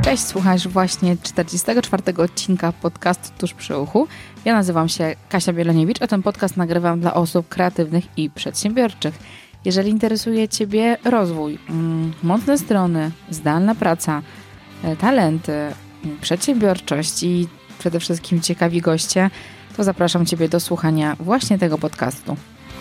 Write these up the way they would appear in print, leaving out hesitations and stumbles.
Cześć, słuchasz właśnie 44. odcinka podcastu Tuż przy uchu. Ja nazywam się Kasia Bieleniewicz, a ten podcast nagrywam dla osób kreatywnych i przedsiębiorczych. Jeżeli interesuje Ciebie rozwój, mocne strony, zdalna praca, talenty, przedsiębiorczość i przede wszystkim ciekawi goście, to zapraszam Ciebie do słuchania właśnie tego podcastu.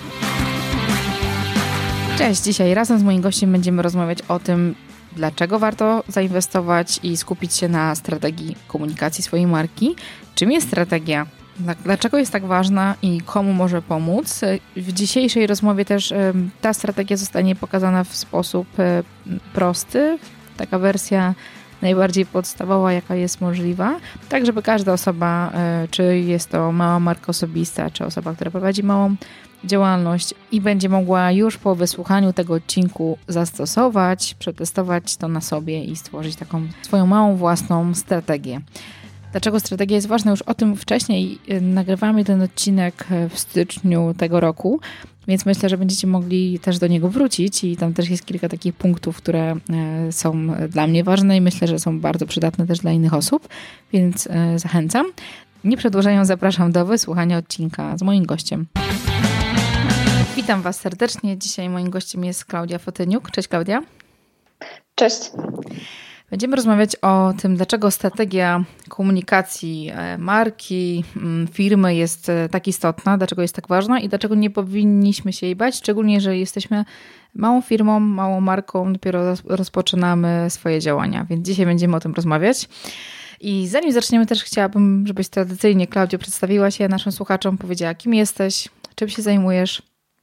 Cześć, dzisiaj razem z moim gościem będziemy rozmawiać o tym, dlaczego warto zainwestować i skupić się na strategii komunikacji swojej marki, czym jest strategia, dlaczego jest tak ważna i komu może pomóc. W dzisiejszej rozmowie też ta strategia zostanie pokazana w sposób prosty, taka wersja najbardziej podstawowa, jaka jest możliwa, tak żeby każda osoba, czy jest to mała marka osobista, czy osoba, która prowadzi małą działalność i będzie mogła już po wysłuchaniu tego odcinku zastosować, przetestować to na sobie i stworzyć taką swoją małą własną strategię. Dlaczego strategia jest ważna? Już o tym wcześniej nagrywamy ten odcinek w styczniu tego roku, więc myślę, że będziecie mogli też do niego wrócić i tam też jest kilka takich punktów, które są dla mnie ważne i myślę, że są bardzo przydatne też dla innych osób, więc zachęcam. Nie przedłużając, zapraszam do wysłuchania odcinka z moim gościem. Witam Was serdecznie. Dzisiaj moim gościem jest Klaudia Fotyniuk. Cześć Klaudia. Cześć. Będziemy rozmawiać o tym, dlaczego strategia komunikacji marki, firmy jest tak istotna, dlaczego jest tak ważna i dlaczego nie powinniśmy się jej bać, szczególnie jeżeli jesteśmy małą firmą, małą marką, dopiero rozpoczynamy swoje działania, więc dzisiaj będziemy o tym rozmawiać. I zanim zaczniemy, też chciałabym, żebyś tradycyjnie, Klaudio, przedstawiła się naszym słuchaczom, powiedziała, kim jesteś, czym się zajmujesz.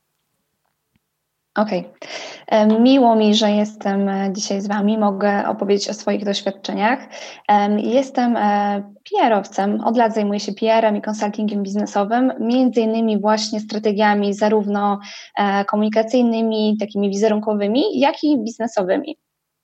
Okej. Miło mi, że jestem dzisiaj z Wami. Mogę opowiedzieć o swoich doświadczeniach. Jestem PR-owcem. Od lat zajmuję się PR-em i konsultingiem biznesowym, między innymi właśnie strategiami zarówno komunikacyjnymi, takimi wizerunkowymi, jak i biznesowymi.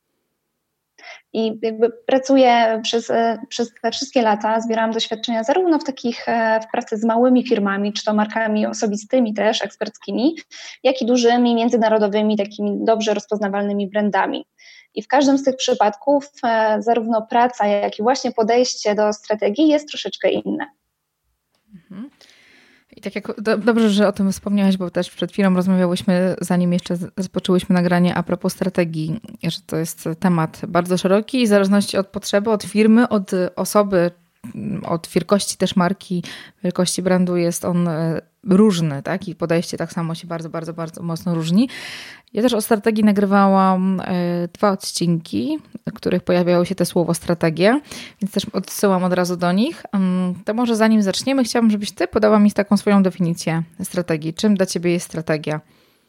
I jakby pracuję przez te wszystkie lata, zbierałam doświadczenia zarówno w pracy z małymi firmami, czy to markami osobistymi też, eksperckimi, jak i dużymi, międzynarodowymi, takimi dobrze rozpoznawalnymi brandami. I w każdym z tych przypadków zarówno praca, jak i właśnie podejście do strategii jest troszeczkę inne. Mhm. I tak jak dobrze, że o tym wspomniałaś, bo też przed chwilą rozmawiałyśmy, zanim jeszcze rozpoczęłyśmy nagranie a propos strategii, że to jest temat bardzo szeroki i w zależności od potrzeby, od firmy, od osoby, od wielkości też marki, wielkości brandu jest on różny, tak? I podejście tak samo się bardzo, bardzo, bardzo mocno różni. Ja też o strategii nagrywałam 2 odcinki, w których pojawiało się to słowo strategia, więc też odsyłam od razu do nich. To może zanim zaczniemy, chciałabym, żebyś Ty podała mi taką swoją definicję strategii. Czym dla Ciebie jest strategia?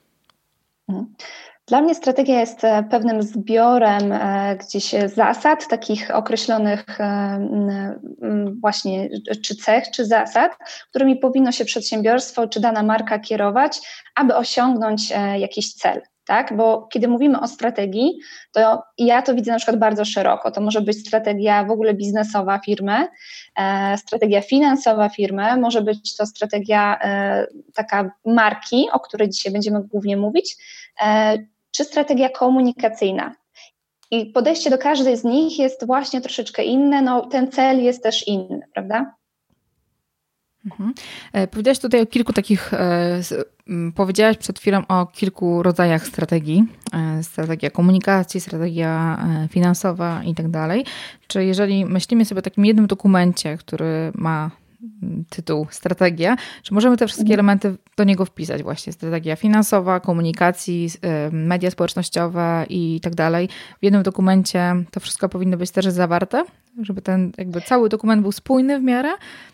Dla mnie strategia jest pewnym zbiorem gdzieś zasad, takich określonych właśnie czy cech, czy zasad, którymi powinno się przedsiębiorstwo, czy dana marka kierować, aby osiągnąć jakiś cel. Tak? Bo kiedy mówimy o strategii, to ja to widzę na przykład bardzo szeroko. To może być strategia w ogóle biznesowa firmy, strategia finansowa firmy, może być to strategia taka marki, o której dzisiaj będziemy głównie mówić, czy strategia komunikacyjna. I podejście do każdej z nich jest właśnie troszeczkę inne, no ten cel jest też inny, prawda? Mhm. Powiedziałaś tutaj o kilku takich, powiedziałaś przed chwilą o kilku rodzajach strategii. Strategia komunikacji, strategia finansowa i tak dalej. Czy jeżeli myślimy sobie o takim jednym dokumencie, który ma tytuł strategia, czy możemy te wszystkie elementy do niego wpisać właśnie? Strategia finansowa, komunikacji, media społecznościowe i tak dalej. W jednym dokumencie to wszystko powinno być też zawarte, żeby ten jakby cały dokument był spójny w miarę?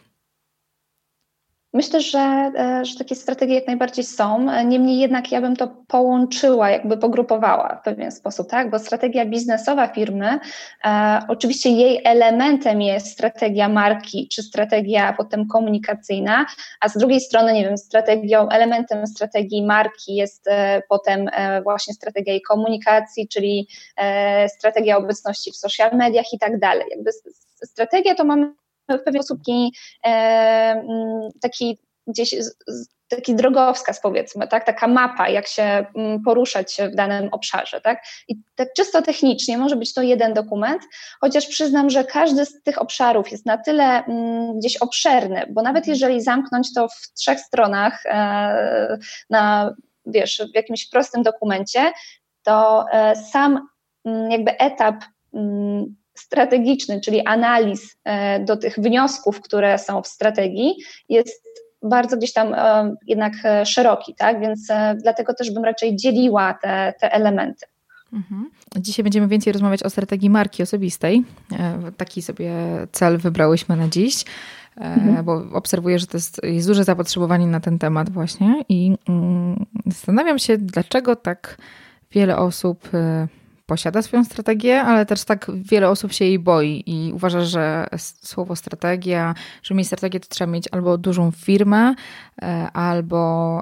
Myślę, że takie strategie jak najbardziej są, niemniej jednak ja bym to połączyła, jakby pogrupowała w pewien sposób, tak? Bo strategia biznesowa firmy, oczywiście jej elementem jest strategia marki, czy strategia potem komunikacyjna, a z drugiej strony, nie wiem, elementem strategii marki jest potem właśnie strategia jej komunikacji, czyli strategia obecności w social mediach i tak dalej. Jakby strategia to mamy w pewien sposób taki gdzieś taki drogowskaz, powiedzmy, tak? Taka mapa, jak się poruszać w danym obszarze. Tak? I tak czysto technicznie może być to jeden dokument, chociaż przyznam, że każdy z tych obszarów jest na tyle gdzieś obszerny, bo nawet jeżeli zamknąć to w 3 stronach w jakimś prostym dokumencie, to sam jakby etap strategiczny, czyli analiz do tych wniosków, które są w strategii, jest bardzo gdzieś tam jednak szeroki, tak? Więc dlatego też bym raczej dzieliła te elementy. Dzisiaj będziemy więcej rozmawiać o strategii marki osobistej. Taki sobie cel wybrałyśmy na dziś, bo obserwuję, że to jest duże zapotrzebowanie na ten temat właśnie i zastanawiam się, dlaczego tak wiele osób posiada swoją strategię, ale też tak wiele osób się jej boi i uważa, że słowo strategia, żeby mieć strategię, to trzeba mieć albo dużą firmę, albo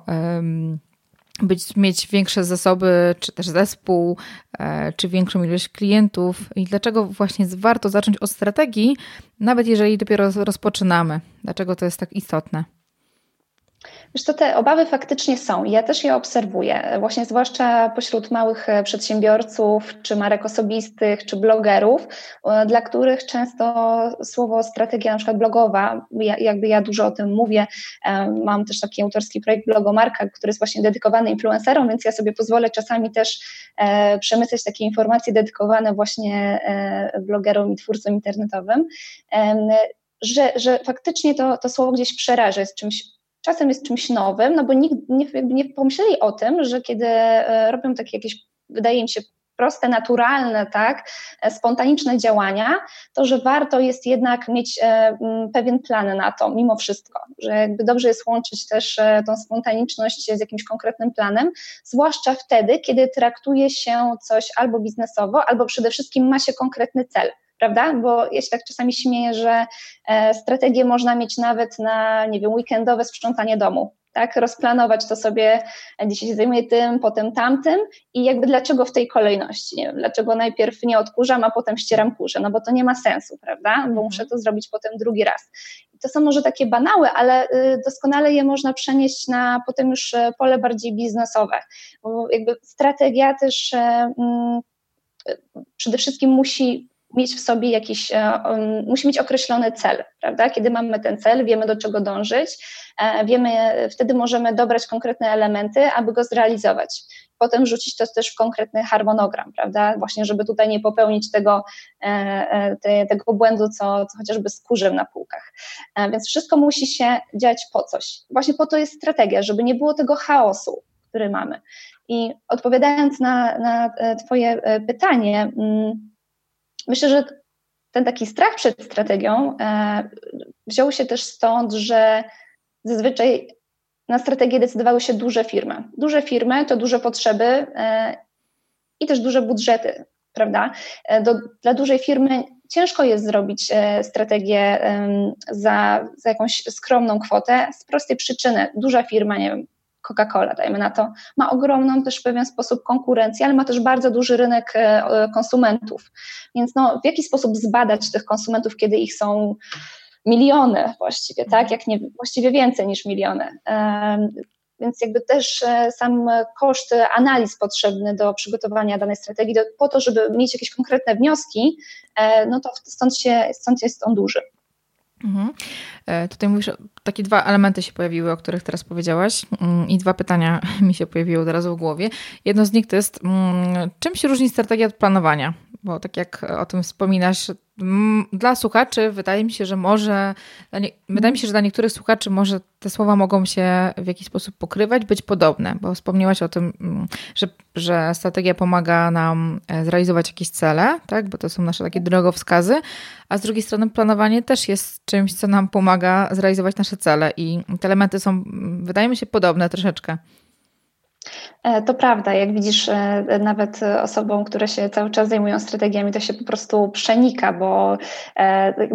mieć większe zasoby, czy też zespół, czy większą ilość klientów. I dlaczego właśnie warto zacząć od strategii, nawet jeżeli dopiero rozpoczynamy? Dlaczego to jest tak istotne? Wiesz co, te obawy faktycznie są. Ja też je obserwuję, właśnie zwłaszcza pośród małych przedsiębiorców, czy marek osobistych, czy blogerów, dla których często słowo strategia na przykład blogowa, ja dużo o tym mówię, mam też taki autorski projekt Blogomarka, który jest właśnie dedykowany influencerom, więc ja sobie pozwolę czasami też przemycać takie informacje dedykowane właśnie blogerom i twórcom internetowym, że faktycznie to słowo gdzieś przeraża, jest czasem jest czymś nowym, no bo nikt nie pomyśleli o tym, że kiedy robią takie jakieś, wydaje mi się, proste, naturalne, tak, spontaniczne działania, to że warto jest jednak mieć pewien plan na to, mimo wszystko, że jakby dobrze jest łączyć też tą spontaniczność z jakimś konkretnym planem, zwłaszcza wtedy, kiedy traktuje się coś albo biznesowo, albo przede wszystkim ma się konkretny cel. Prawda? Bo ja się tak czasami śmieję, że strategię można mieć nawet na, nie wiem, weekendowe sprzątanie domu, tak? Rozplanować to sobie, dzisiaj się zajmuję tym, potem tamtym i jakby dlaczego w tej kolejności, nie wiem, dlaczego najpierw nie odkurzam, a potem ścieram kurze, no bo to nie ma sensu, prawda? Bo muszę to zrobić potem drugi raz. I to są może takie banały, ale doskonale je można przenieść na potem już pole bardziej biznesowe, bo jakby strategia też przede wszystkim musi mieć w sobie musi mieć określony cel, prawda? Kiedy mamy ten cel, wiemy do czego dążyć, wtedy możemy dobrać konkretne elementy, aby go zrealizować. Potem wrzucić to też w konkretny harmonogram, prawda? Właśnie, żeby tutaj nie popełnić tego błędu, co chociażby z kurzem na półkach. Więc wszystko musi się dziać po coś. Właśnie po to jest strategia, żeby nie było tego chaosu, który mamy. I odpowiadając na Twoje pytanie, myślę, że ten taki strach przed strategią wziął się też stąd, że zazwyczaj na strategię decydowały się duże firmy. Duże firmy to duże potrzeby i też duże budżety, prawda? Dla dużej firmy ciężko jest zrobić strategię za jakąś skromną kwotę z prostej przyczyny. Duża firma, nie wiem, Coca-Cola, dajmy na to, ma ogromną też w pewien sposób konkurencję, ale ma też bardzo duży rynek konsumentów. Więc w jaki sposób zbadać tych konsumentów, kiedy ich są miliony właściwie, tak? Jak nie, właściwie więcej niż miliony. Więc jakby też sam koszt analiz potrzebny do przygotowania danej strategii, po to, żeby mieć jakieś konkretne wnioski, no to stąd jest on duży. Tutaj mówisz, takie 2 elementy się pojawiły, o których teraz powiedziałaś i 2 pytania mi się pojawiły od razu w głowie. Jedno z nich to jest, czym się różni strategia od planowania? Bo tak jak o tym wspominasz, dla słuchaczy wydaje mi się, że że dla niektórych słuchaczy może te słowa mogą się w jakiś sposób pokrywać, być podobne, bo wspomniałaś o tym, że strategia pomaga nam zrealizować jakieś cele, tak? Bo to są nasze takie drogowskazy, a z drugiej strony planowanie też jest czymś, co nam pomaga zrealizować nasze cele i te elementy są, wydaje mi się, podobne troszeczkę. To prawda, jak widzisz, nawet osobom, które się cały czas zajmują strategiami, to się po prostu przenika, bo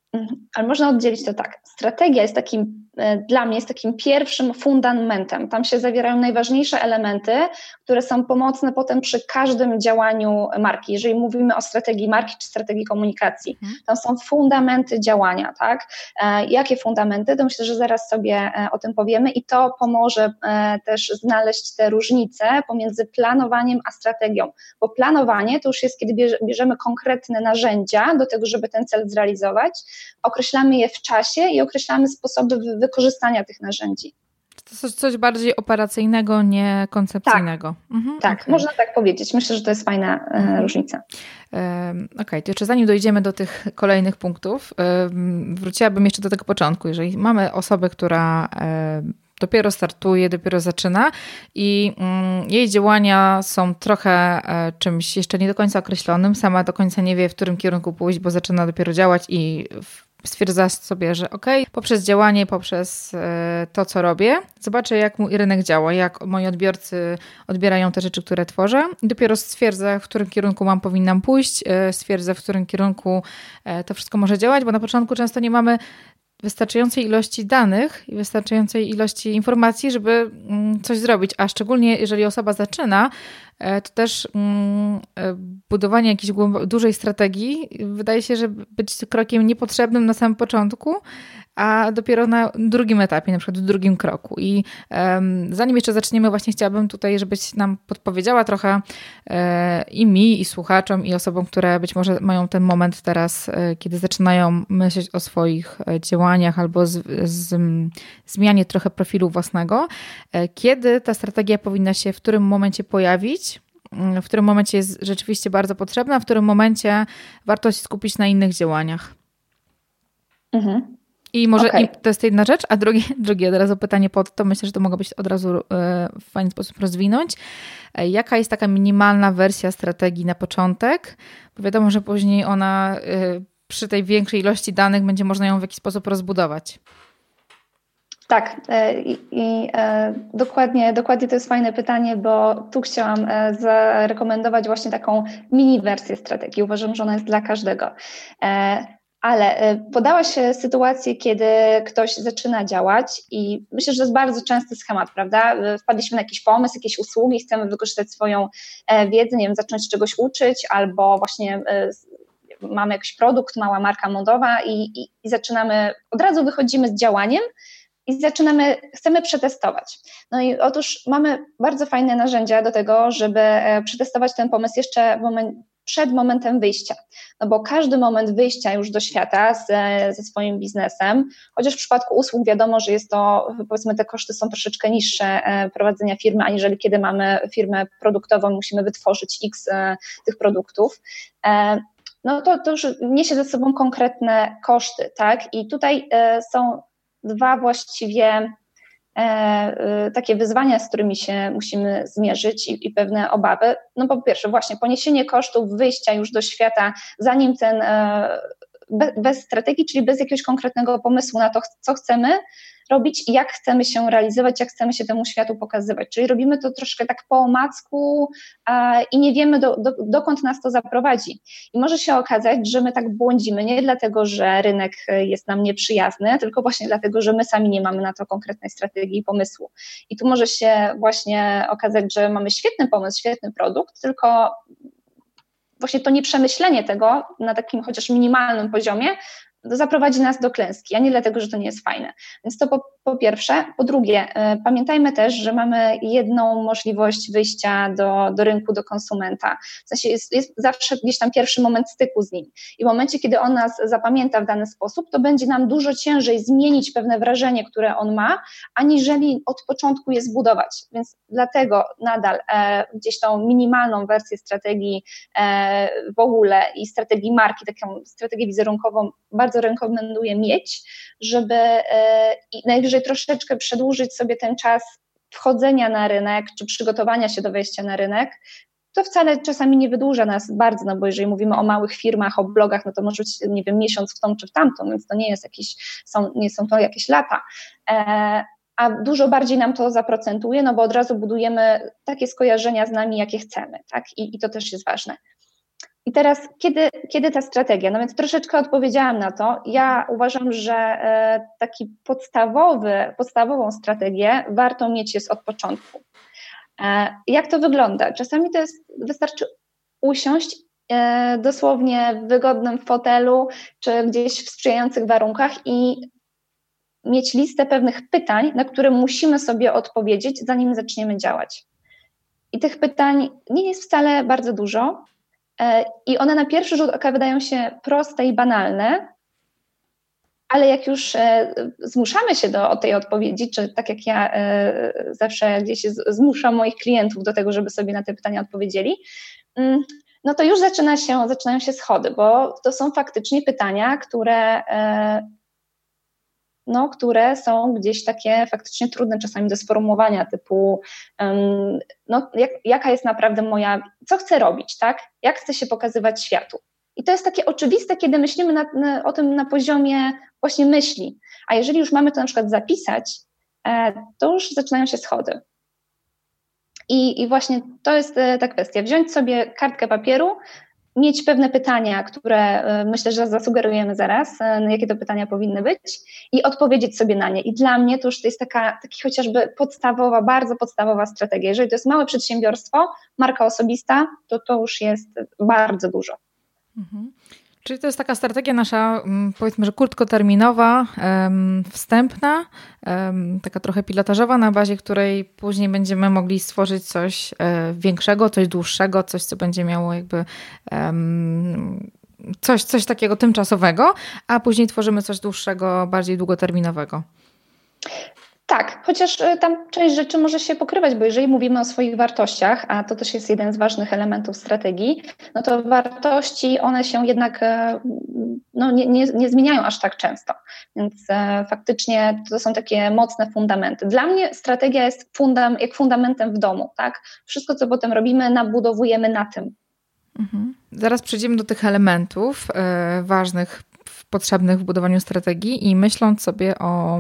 Ale można oddzielić to tak. Strategia jest dla mnie jest takim pierwszym fundamentem. Tam się zawierają najważniejsze elementy, które są pomocne potem przy każdym działaniu marki. Jeżeli mówimy o strategii marki czy strategii komunikacji, tam są fundamenty działania, tak? Jakie fundamenty? To myślę, że zaraz sobie o tym powiemy i to pomoże też znaleźć te różnice pomiędzy planowaniem a strategią, bo planowanie to już jest, kiedy bierzemy konkretne narzędzia do tego, żeby ten cel zrealizować, określamy je w czasie i określamy sposoby wykorzystania tych narzędzi. To jest coś bardziej operacyjnego, nie koncepcyjnego. Tak, okay. Można tak powiedzieć. Myślę, że to jest fajna różnica. Okej, to jeszcze zanim dojdziemy do tych kolejnych punktów, wróciłabym jeszcze do tego początku. Jeżeli mamy osobę, która dopiero startuje, dopiero zaczyna i jej działania są trochę czymś jeszcze nie do końca określonym, sama do końca nie wie, w którym kierunku pójść, bo zaczyna dopiero działać i stwierdza sobie, że poprzez działanie, poprzez to, co robię, zobaczę, jak mój rynek działa, jak moi odbiorcy odbierają te rzeczy, które tworzę i dopiero stwierdzę, w którym kierunku powinnam pójść, stwierdzę, w którym kierunku to wszystko może działać, bo na początku często nie mamy wystarczającej ilości danych i wystarczającej ilości informacji, żeby coś zrobić, a szczególnie jeżeli osoba zaczyna, to też budowanie jakiejś dużej strategii wydaje się, że być krokiem niepotrzebnym na samym początku, a dopiero na drugim etapie, na przykład w drugim kroku. I zanim jeszcze zaczniemy, właśnie chciałabym tutaj, żebyś nam podpowiedziała trochę i mi, i słuchaczom, i osobom, które być może mają ten moment teraz, kiedy zaczynają myśleć o swoich działaniach albo zmianie trochę profilu własnego, kiedy ta strategia powinna się w którym momencie pojawić, w którym momencie jest rzeczywiście bardzo potrzebna, w którym momencie warto się skupić na innych działaniach. I może to jest jedna rzecz, a drugie od razu pytanie pod to, myślę, że to mogło być od razu w fajny sposób rozwinąć. Jaka jest taka minimalna wersja strategii na początek? Bo wiadomo, że później ona przy tej większej ilości danych będzie można ją w jakiś sposób rozbudować. Tak, dokładnie to jest fajne pytanie, bo tu chciałam zarekomendować właśnie taką mini wersję strategii. Uważam, że ona jest dla każdego. Ale podałaś sytuację, kiedy ktoś zaczyna działać i myślę, że to jest bardzo częsty schemat, prawda? Wpadliśmy na jakiś pomysł, jakieś usługi, chcemy wykorzystać swoją wiedzę, nie wiem, zacząć czegoś uczyć albo właśnie mamy jakiś produkt, mała marka modowa i zaczynamy, od razu wychodzimy z działaniem i chcemy przetestować. No i otóż mamy bardzo fajne narzędzia do tego, żeby przetestować ten pomysł jeszcze przed momentem wyjścia, no bo każdy moment wyjścia już do świata ze swoim biznesem, chociaż w przypadku usług wiadomo, że jest to, powiedzmy, te koszty są troszeczkę niższe prowadzenia firmy, aniżeli kiedy mamy firmę produktową, musimy wytworzyć x tych produktów, no to już niesie ze sobą konkretne koszty, tak? I tutaj są dwa właściwie takie wyzwania, z którymi się musimy zmierzyć i pewne obawy. No po pierwsze właśnie poniesienie kosztów wyjścia już do świata, zanim bez strategii, czyli bez jakiegoś konkretnego pomysłu na to, co chcemy robić i jak chcemy się realizować, jak chcemy się temu światu pokazywać. Czyli robimy to troszkę tak po omacku i nie wiemy, dokąd nas to zaprowadzi. I może się okazać, że my tak błądzimy, nie dlatego, że rynek jest nam nieprzyjazny, tylko właśnie dlatego, że my sami nie mamy na to konkretnej strategii i pomysłu. I tu może się właśnie okazać, że mamy świetny pomysł, świetny produkt, tylko właśnie to nieprzemyślenie tego na takim chociaż minimalnym poziomie zaprowadzi nas do klęski, a nie dlatego, że to nie jest fajne. Więc to po pierwsze. Po drugie, pamiętajmy też, że mamy jedną możliwość wyjścia do rynku, do konsumenta. W sensie jest zawsze gdzieś tam pierwszy moment styku z nim. I w momencie, kiedy on nas zapamięta w dany sposób, to będzie nam dużo ciężej zmienić pewne wrażenie, które on ma, aniżeli od początku je zbudować. Więc dlatego nadal gdzieś tą minimalną wersję strategii w ogóle i strategii marki, taką strategię wizerunkową bardzo rekomenduję mieć, żeby najwyżej troszeczkę przedłużyć sobie ten czas wchodzenia na rynek, czy przygotowania się do wejścia na rynek. To wcale czasami nie wydłuża nas bardzo, no bo jeżeli mówimy o małych firmach, o blogach, no to może być, nie wiem, miesiąc w tą czy w tamtą, więc to nie jest nie są to jakieś lata. A dużo bardziej nam to zaprocentuje, no bo od razu budujemy takie skojarzenia z nami, jakie chcemy, tak? I to też jest ważne. I teraz, kiedy ta strategia? No więc troszeczkę odpowiedziałam na to. Ja uważam, że taki podstawową strategię warto mieć jest od początku. Jak to wygląda? Czasami wystarczy usiąść dosłownie w wygodnym fotelu, czy gdzieś w sprzyjających warunkach i mieć listę pewnych pytań, na które musimy sobie odpowiedzieć, zanim zaczniemy działać. I tych pytań nie jest wcale bardzo dużo i one na pierwszy rzut oka wydają się proste i banalne, ale jak już zmuszamy się do tej odpowiedzi, czy tak jak ja zawsze gdzieś zmuszam moich klientów do tego, żeby sobie na te pytania odpowiedzieli, no to już zaczynają się schody, bo to są faktycznie pytania, które są gdzieś takie faktycznie trudne czasami do sformułowania, typu jaka jest naprawdę co chcę robić, tak? Jak chcę się pokazywać światu? I to jest takie oczywiste, kiedy myślimy o tym na poziomie właśnie myśli, a jeżeli już mamy to na przykład zapisać, to już zaczynają się schody. I właśnie to jest ta kwestia, wziąć sobie kartkę papieru, mieć pewne pytania, które myślę, że zasugerujemy zaraz, jakie to pytania powinny być i odpowiedzieć sobie na nie. I dla mnie to już jest taki chociażby bardzo podstawowa strategia. Jeżeli to jest małe przedsiębiorstwo, marka osobista, to już jest bardzo dużo. Mhm. Czyli to jest taka strategia nasza, powiedzmy, że krótkoterminowa, wstępna, taka trochę pilotażowa, na bazie której później będziemy mogli stworzyć coś większego, coś dłuższego, coś, co będzie miało jakby coś takiego tymczasowego, a później tworzymy coś dłuższego, bardziej długoterminowego. Tak, chociaż tam część rzeczy może się pokrywać, bo jeżeli mówimy o swoich wartościach, a to też jest jeden z ważnych elementów strategii, no to wartości, one się jednak nie zmieniają aż tak często, więc faktycznie to są takie mocne fundamenty. Dla mnie strategia jest jak fundamentem w domu, tak? Wszystko, co potem robimy, nabudowujemy na tym. Mhm. Zaraz przejdziemy do tych elementów ważnych, potrzebnych w budowaniu strategii i myśląc sobie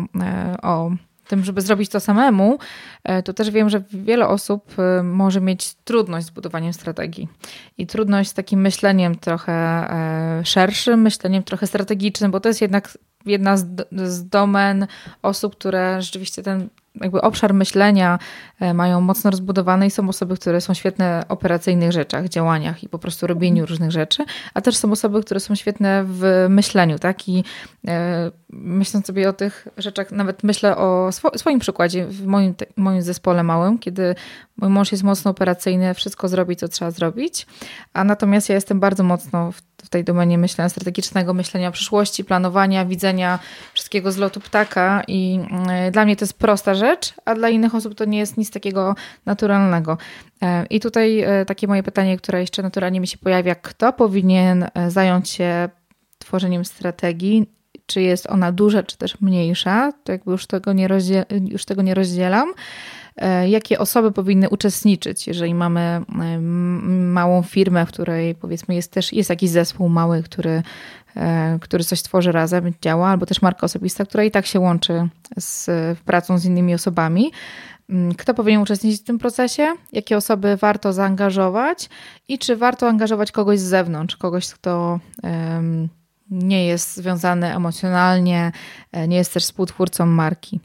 o tym, żeby zrobić to samemu, to też wiem, że wiele osób może mieć trudność z budowaniem strategii i trudność z takim myśleniem trochę szerszym, myśleniem trochę strategicznym, bo to jest jednak jedna z domen osób, które rzeczywiście ten jakby obszar myślenia mają mocno rozbudowany i są osoby, które są świetne w operacyjnych rzeczach, działaniach i po prostu robieniu różnych rzeczy, a też są osoby, które są świetne w myśleniu, tak? I myśląc sobie o tych rzeczach, nawet myślę o swoim przykładzie w moim zespole małym, kiedy mój mąż jest mocno operacyjny, wszystko zrobi, co trzeba zrobić, a natomiast ja jestem bardzo mocno w tej domenie myślenia strategicznego, myślenia o przyszłości, planowania, widzenia wszystkiego z lotu ptaka i dla mnie to jest prosta rzecz, a dla innych osób to nie jest nic takiego naturalnego. I tutaj takie moje pytanie, które jeszcze naturalnie mi się pojawia, kto powinien zająć się tworzeniem strategii? Czy jest ona duża, czy też mniejsza? To jakby już tego nie rozdzielam. Jakie osoby powinny uczestniczyć, jeżeli mamy małą firmę, w której powiedzmy jest jakiś zespół mały, który coś tworzy razem, działa, albo też marka osobista, która i tak się łączy z pracą z innymi osobami. Kto powinien uczestniczyć w tym procesie? Jakie osoby warto zaangażować? I czy warto angażować kogoś z zewnątrz? Kogoś, kto nie jest związany emocjonalnie, nie jest też współtwórcą marki?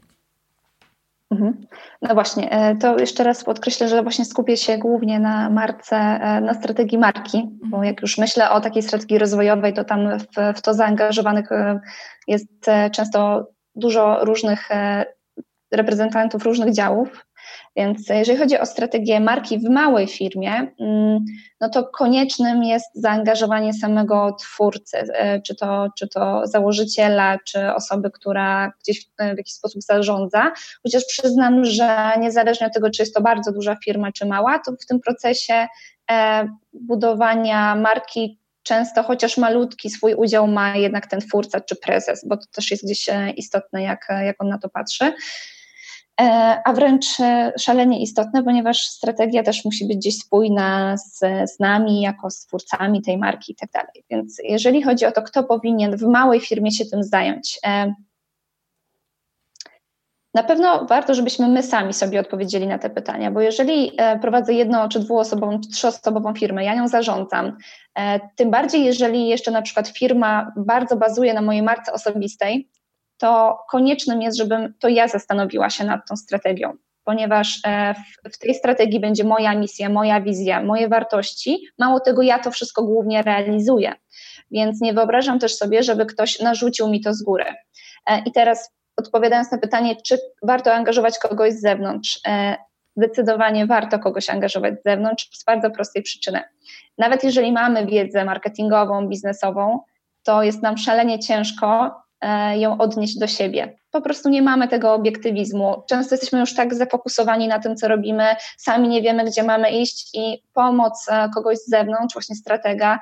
No właśnie, to jeszcze raz podkreślę, że właśnie skupię się głównie na marce, na strategii marki, bo jak już myślę o takiej strategii rozwojowej, to tam w to zaangażowanych jest często dużo różnych reprezentantów różnych działów, więc jeżeli chodzi o strategię marki w małej firmie, no to koniecznym jest zaangażowanie samego twórcy, czy to założyciela, czy osoby, która gdzieś w jakiś sposób zarządza, chociaż przyznam, że niezależnie od tego, czy jest to bardzo duża firma, czy mała, to w tym procesie budowania marki często, chociaż malutki swój udział ma jednak ten twórca czy prezes, bo to też jest gdzieś istotne, jak on na to patrzy. A wręcz szalenie istotne, ponieważ strategia też musi być gdzieś spójna z nami, jako z twórcami tej marki i tak dalej. Więc jeżeli chodzi o to, kto powinien w małej firmie się tym zająć, Na pewno warto, żebyśmy my sami sobie odpowiedzieli na te pytania, bo jeżeli prowadzę jedno- czy dwuosobową, czy trzyosobową firmę, ja nią zarządzam, tym bardziej jeżeli jeszcze na przykład firma bardzo bazuje na mojej marce osobistej, to koniecznym jest, żebym to ja zastanowiła się nad tą strategią, ponieważ w tej strategii będzie moja misja, moja wizja, moje wartości. Mało tego, ja to wszystko głównie realizuję, więc nie wyobrażam też sobie, żeby ktoś narzucił mi to z góry. I teraz odpowiadając na pytanie, czy warto angażować kogoś z zewnątrz, zdecydowanie warto kogoś angażować z zewnątrz z bardzo prostej przyczyny. Nawet jeżeli mamy wiedzę marketingową, biznesową, to jest nam szalenie ciężko ją odnieść do siebie. Po prostu nie mamy tego obiektywizmu. Często jesteśmy już tak zafokusowani na tym, co robimy, sami nie wiemy, gdzie mamy iść i pomoc kogoś z zewnątrz, właśnie stratega,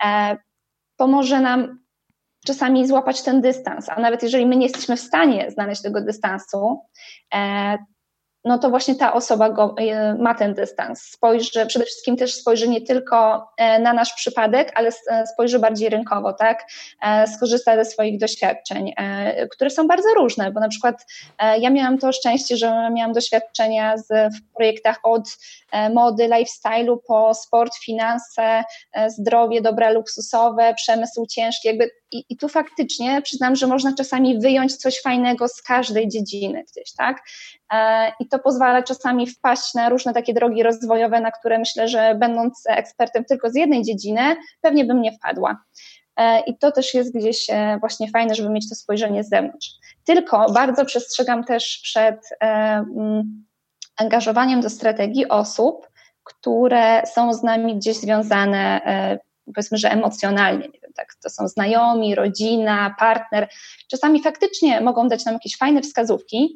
pomoże nam czasami złapać ten dystans, a nawet jeżeli my nie jesteśmy w stanie znaleźć tego dystansu, no to właśnie ta osoba ma ten dystans. Przede wszystkim też spojrzy nie tylko na nasz przypadek, ale spojrzy bardziej rynkowo, tak? Skorzysta ze swoich doświadczeń, które są bardzo różne, bo na przykład ja miałam to szczęście, że miałam doświadczenia w projektach od mody, lifestyle'u po sport, finanse, zdrowie, dobra luksusowe, przemysł ciężki, i tu faktycznie przyznam, że można czasami wyjąć coś fajnego z każdej dziedziny gdzieś, tak? I to pozwala czasami wpaść na różne takie drogi rozwojowe, na które myślę, że będąc ekspertem tylko z jednej dziedziny, pewnie bym nie wpadła. I to też jest gdzieś właśnie fajne, żeby mieć to spojrzenie z zewnątrz. Tylko bardzo przestrzegam też przed angażowaniem do strategii osób, które są z nami gdzieś związane, powiedzmy, że emocjonalnie, nie wiem, tak, to są znajomi, rodzina, partner. Czasami faktycznie mogą dać nam jakieś fajne wskazówki,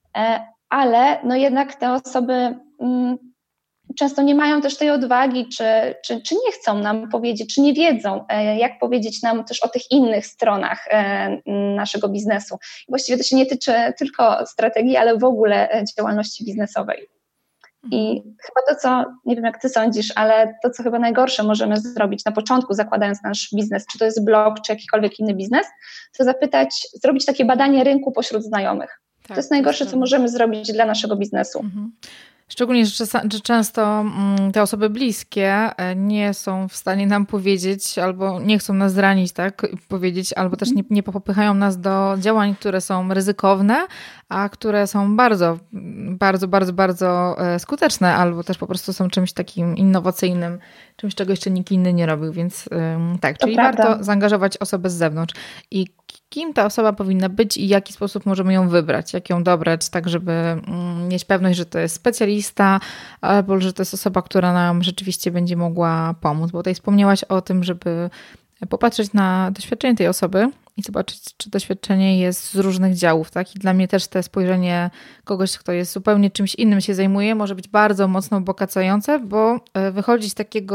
ale no jednak te osoby często nie mają też tej odwagi, czy nie chcą nam powiedzieć, czy nie wiedzą, jak powiedzieć nam też o tych innych stronach naszego biznesu. I właściwie to się nie tyczy tylko strategii, ale w ogóle działalności biznesowej. I chyba to, co, nie wiem jak ty sądzisz, ale to, co chyba najgorsze możemy zrobić na początku, zakładając nasz biznes, czy to jest blog, czy jakikolwiek inny biznes, to zrobić takie badanie rynku pośród znajomych. Tak, to jest najgorsze, co możemy zrobić dla naszego biznesu. Mhm. Szczególnie, że często te osoby bliskie nie są w stanie nam powiedzieć, albo nie chcą nas zranić, tak, powiedzieć, albo też nie popychają nas do działań, które są ryzykowne, a które są bardzo, bardzo, bardzo, bardzo skuteczne, albo też po prostu są czymś takim innowacyjnym, czymś, czego jeszcze nikt inny nie robił, więc tak, czyli warto zaangażować osobę z zewnątrz. I kim ta osoba powinna być i w jaki sposób możemy ją wybrać, jak ją dobrać, tak żeby mieć pewność, że to jest specjalista, albo że to jest osoba, która nam rzeczywiście będzie mogła pomóc. Bo tutaj wspomniałaś o tym, żeby popatrzeć na doświadczenie tej osoby i zobaczyć, czy doświadczenie jest z różnych działów, tak? I dla mnie też to spojrzenie kogoś, kto jest zupełnie czymś innym się zajmuje, może być bardzo mocno ubogacające, bo wychodzi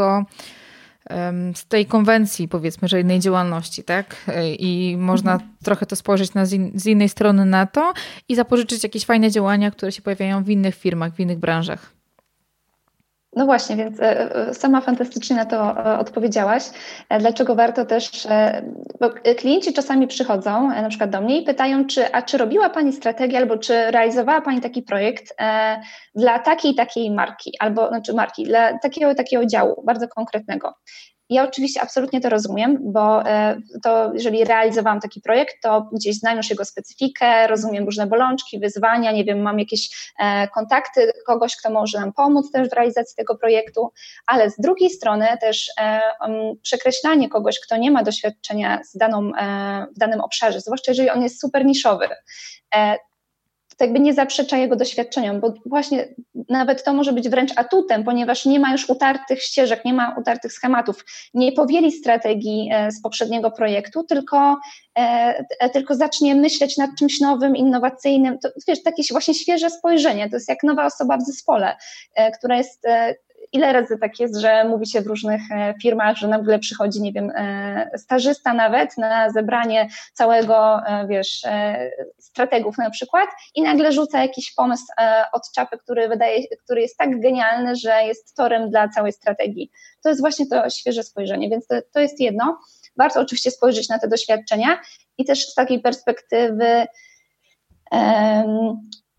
z tej konwencji, powiedzmy, że jednej działalności, tak? I można trochę to spojrzeć z innej strony na to i zapożyczyć jakieś fajne działania, które się pojawiają w innych firmach, w innych branżach. No właśnie, więc sama fantastycznie na to odpowiedziałaś. Dlaczego warto też, bo klienci czasami przychodzą na przykład do mnie i pytają, czy robiła Pani strategię, albo czy realizowała Pani taki projekt dla takiej marki, albo znaczy marki, dla takiego działu, bardzo konkretnego. Ja oczywiście absolutnie to rozumiem, bo to jeżeli realizowałam taki projekt, to gdzieś znam już jego specyfikę, rozumiem różne bolączki, wyzwania, nie wiem, mam jakieś kontakty, kogoś, kto może nam pomóc też w realizacji tego projektu, ale z drugiej strony też przekreślanie kogoś, kto nie ma doświadczenia w danym obszarze, zwłaszcza jeżeli on jest super niszowy, to jakby nie zaprzecza jego doświadczeniom, bo właśnie nawet to może być wręcz atutem, ponieważ nie ma już utartych ścieżek, nie ma utartych schematów, nie powieli strategii z poprzedniego projektu, tylko zacznie myśleć nad czymś nowym, innowacyjnym. To wiesz, takie właśnie świeże spojrzenie, to jest jak nowa osoba w zespole, która jest... Ile razy tak jest, że mówi się w różnych firmach, że nagle przychodzi, nie wiem, stażysta nawet na zebranie całego, wiesz, strategów na przykład i nagle rzuca jakiś pomysł od czapy, który jest tak genialny, że jest torem dla całej strategii. To jest właśnie to świeże spojrzenie, więc to jest jedno. Warto oczywiście spojrzeć na te doświadczenia i też z takiej perspektywy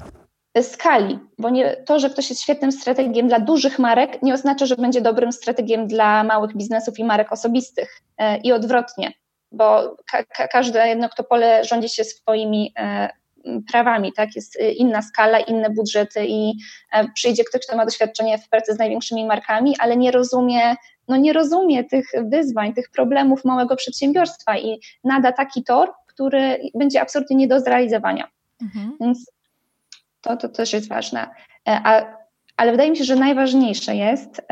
skali, bo to, że ktoś jest świetnym strategiem dla dużych marek, nie oznacza, że będzie dobrym strategiem dla małych biznesów i marek osobistych i odwrotnie, bo każde jedno, kto pole rządzi się swoimi prawami, tak? Jest inna skala, inne budżety i przyjdzie ktoś, kto ma doświadczenie w pracy z największymi markami, ale nie rozumie tych wyzwań, tych problemów małego przedsiębiorstwa i nada taki tor, który będzie absolutnie nie do zrealizowania. Więc to też jest ważne. Ale wydaje mi się, że najważniejsze jest,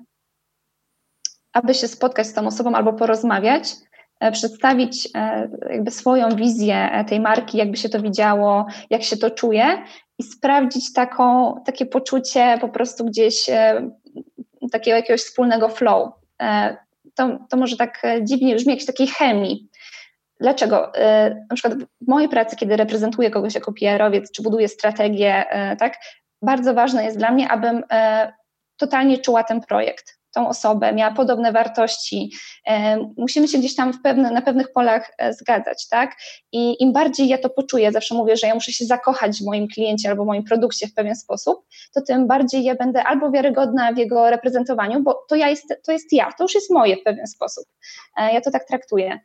aby się spotkać z tą osobą albo porozmawiać, przedstawić jakby swoją wizję tej marki, jakby się to widziało, jak się to czuje i sprawdzić takie poczucie po prostu gdzieś takiego jakiegoś wspólnego flow. To może tak dziwnie brzmi, jakiejś takiej chemii. Dlaczego? Na przykład w mojej pracy, kiedy reprezentuję kogoś jako PR-owiec, czy buduję strategię, tak, bardzo ważne jest dla mnie, abym totalnie czuła ten projekt, tą osobę, miała podobne wartości. Musimy się gdzieś tam na pewnych polach zgadzać, tak? I im bardziej ja to poczuję, zawsze mówię, że ja muszę się zakochać w moim kliencie albo w moim produkcie w pewien sposób, to tym bardziej ja będę albo wiarygodna w jego reprezentowaniu, bo to to już jest moje w pewien sposób. Ja to tak traktuję.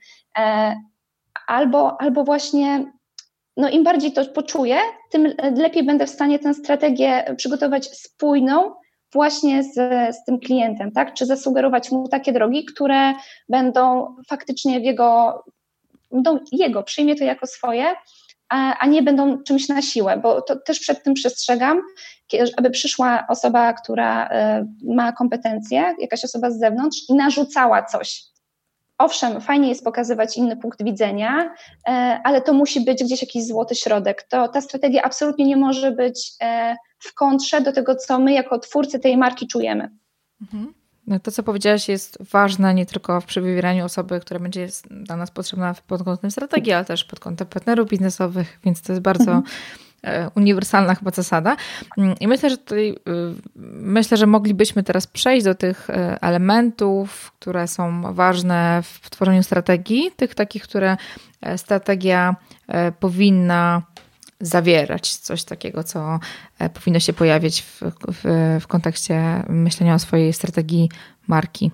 Albo właśnie, im bardziej to poczuję, tym lepiej będę w stanie tę strategię przygotować spójną właśnie z tym klientem, tak? Czy zasugerować mu takie drogi, które będą faktycznie przyjmie to jako swoje, a nie będą czymś na siłę, bo to też przed tym przestrzegam, aby przyszła osoba, która ma kompetencje, jakaś osoba z zewnątrz i narzucała coś. Owszem, fajnie jest pokazywać inny punkt widzenia, ale to musi być gdzieś jakiś złoty środek. Ta strategia absolutnie nie może być w kontrze do tego, co my jako twórcy tej marki czujemy. Mhm. No to, co powiedziałaś, jest ważne nie tylko przy wybieraniu osoby, która będzie dla nas potrzebna pod kątem strategii, ale też pod kątem partnerów biznesowych, więc to jest bardzo uniwersalna chyba zasada. I myślę, że moglibyśmy teraz przejść do tych elementów, które są ważne w tworzeniu strategii, tych takich, które strategia powinna zawierać, coś takiego, co powinno się pojawiać w kontekście myślenia o swojej strategii marki.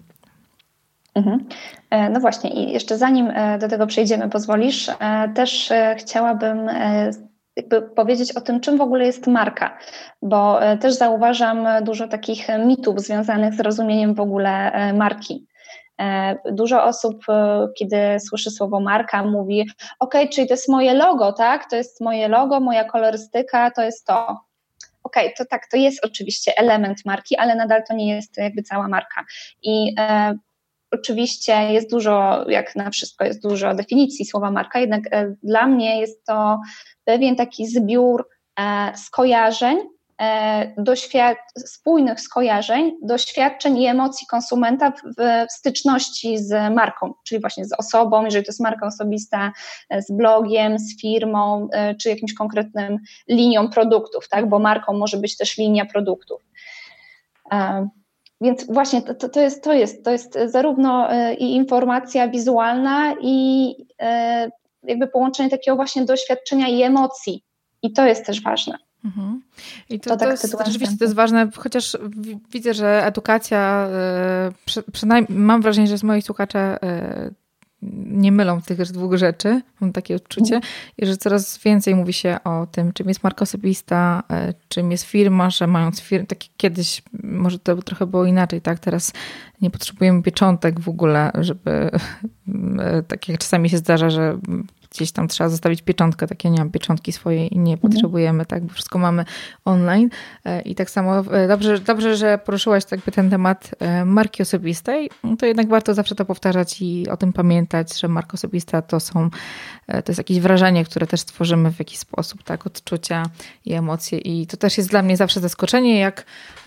No właśnie i jeszcze zanim do tego przejdziemy, pozwolisz, też chciałabym powiedzieć o tym, czym w ogóle jest marka, bo też zauważam dużo takich mitów związanych z rozumieniem w ogóle marki. Dużo osób, kiedy słyszy słowo marka, mówi: okej, czyli to jest moje logo, tak? To jest moje logo, moja kolorystyka, to jest to. Okej, to tak, to jest oczywiście element marki, ale nadal to nie jest jakby cała marka. I oczywiście jest dużo, jak na wszystko, jest dużo definicji słowa marka, jednak dla mnie jest to pewien taki zbiór skojarzeń, spójnych skojarzeń, doświadczeń i emocji konsumenta w styczności z marką, czyli właśnie z osobą, jeżeli to jest marka osobista, z blogiem, z firmą, czy jakimś konkretnym linią produktów, tak? Bo marką może być też linia produktów. Więc właśnie to jest zarówno i informacja wizualna i jakby połączenie takiego właśnie doświadczenia i emocji. I to jest też ważne. Mhm. I to jest rzeczywiście to jest ważne, chociaż widzę, że edukacja, przynajmniej mam wrażenie, że z moich słuchaczy nie mylą tych dwóch rzeczy, mam takie odczucie, i że coraz więcej mówi się o tym, czym jest marka osobista, czym jest firma, że mając firmę, tak kiedyś może to trochę było inaczej, tak? Teraz nie potrzebujemy pieczątek w ogóle, żeby tak jak czasami się zdarza, że gdzieś tam trzeba zostawić pieczątkę, tak ja nie mam pieczątki swojej i nie potrzebujemy, tak, bo wszystko mamy online. I tak samo dobrze, że poruszyłaś jakby ten temat marki osobistej, to jednak warto zawsze to powtarzać i o tym pamiętać, że marka osobista to jest jakieś wrażenie, które też tworzymy w jakiś sposób, tak, odczucia i emocje i to też jest dla mnie zawsze zaskoczenie, jak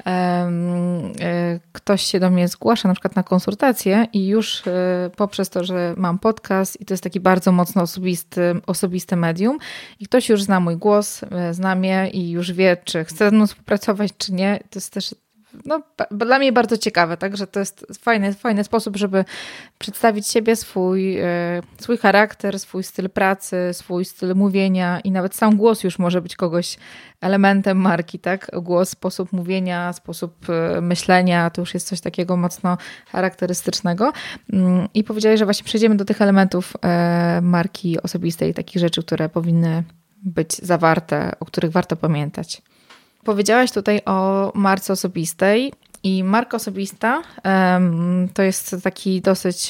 ktoś się do mnie zgłasza na przykład na konsultację i już poprzez to, że mam podcast i to jest taki bardzo mocno osobiste medium i ktoś już zna mój głos, zna mnie i już wie, czy chce ze mną współpracować, czy nie. To jest też dla mnie bardzo ciekawe, także to jest fajny sposób, żeby przedstawić siebie, swój charakter, swój styl pracy, swój styl mówienia i nawet sam głos już może być kogoś elementem marki, tak? Głos, sposób mówienia, sposób myślenia, to już jest coś takiego mocno charakterystycznego. I powiedziałeś, że właśnie przejdziemy do tych elementów marki osobistej, takich rzeczy, które powinny być zawarte, o których warto pamiętać. Powiedziałaś tutaj o marce osobistej i marka osobista to jest taki dosyć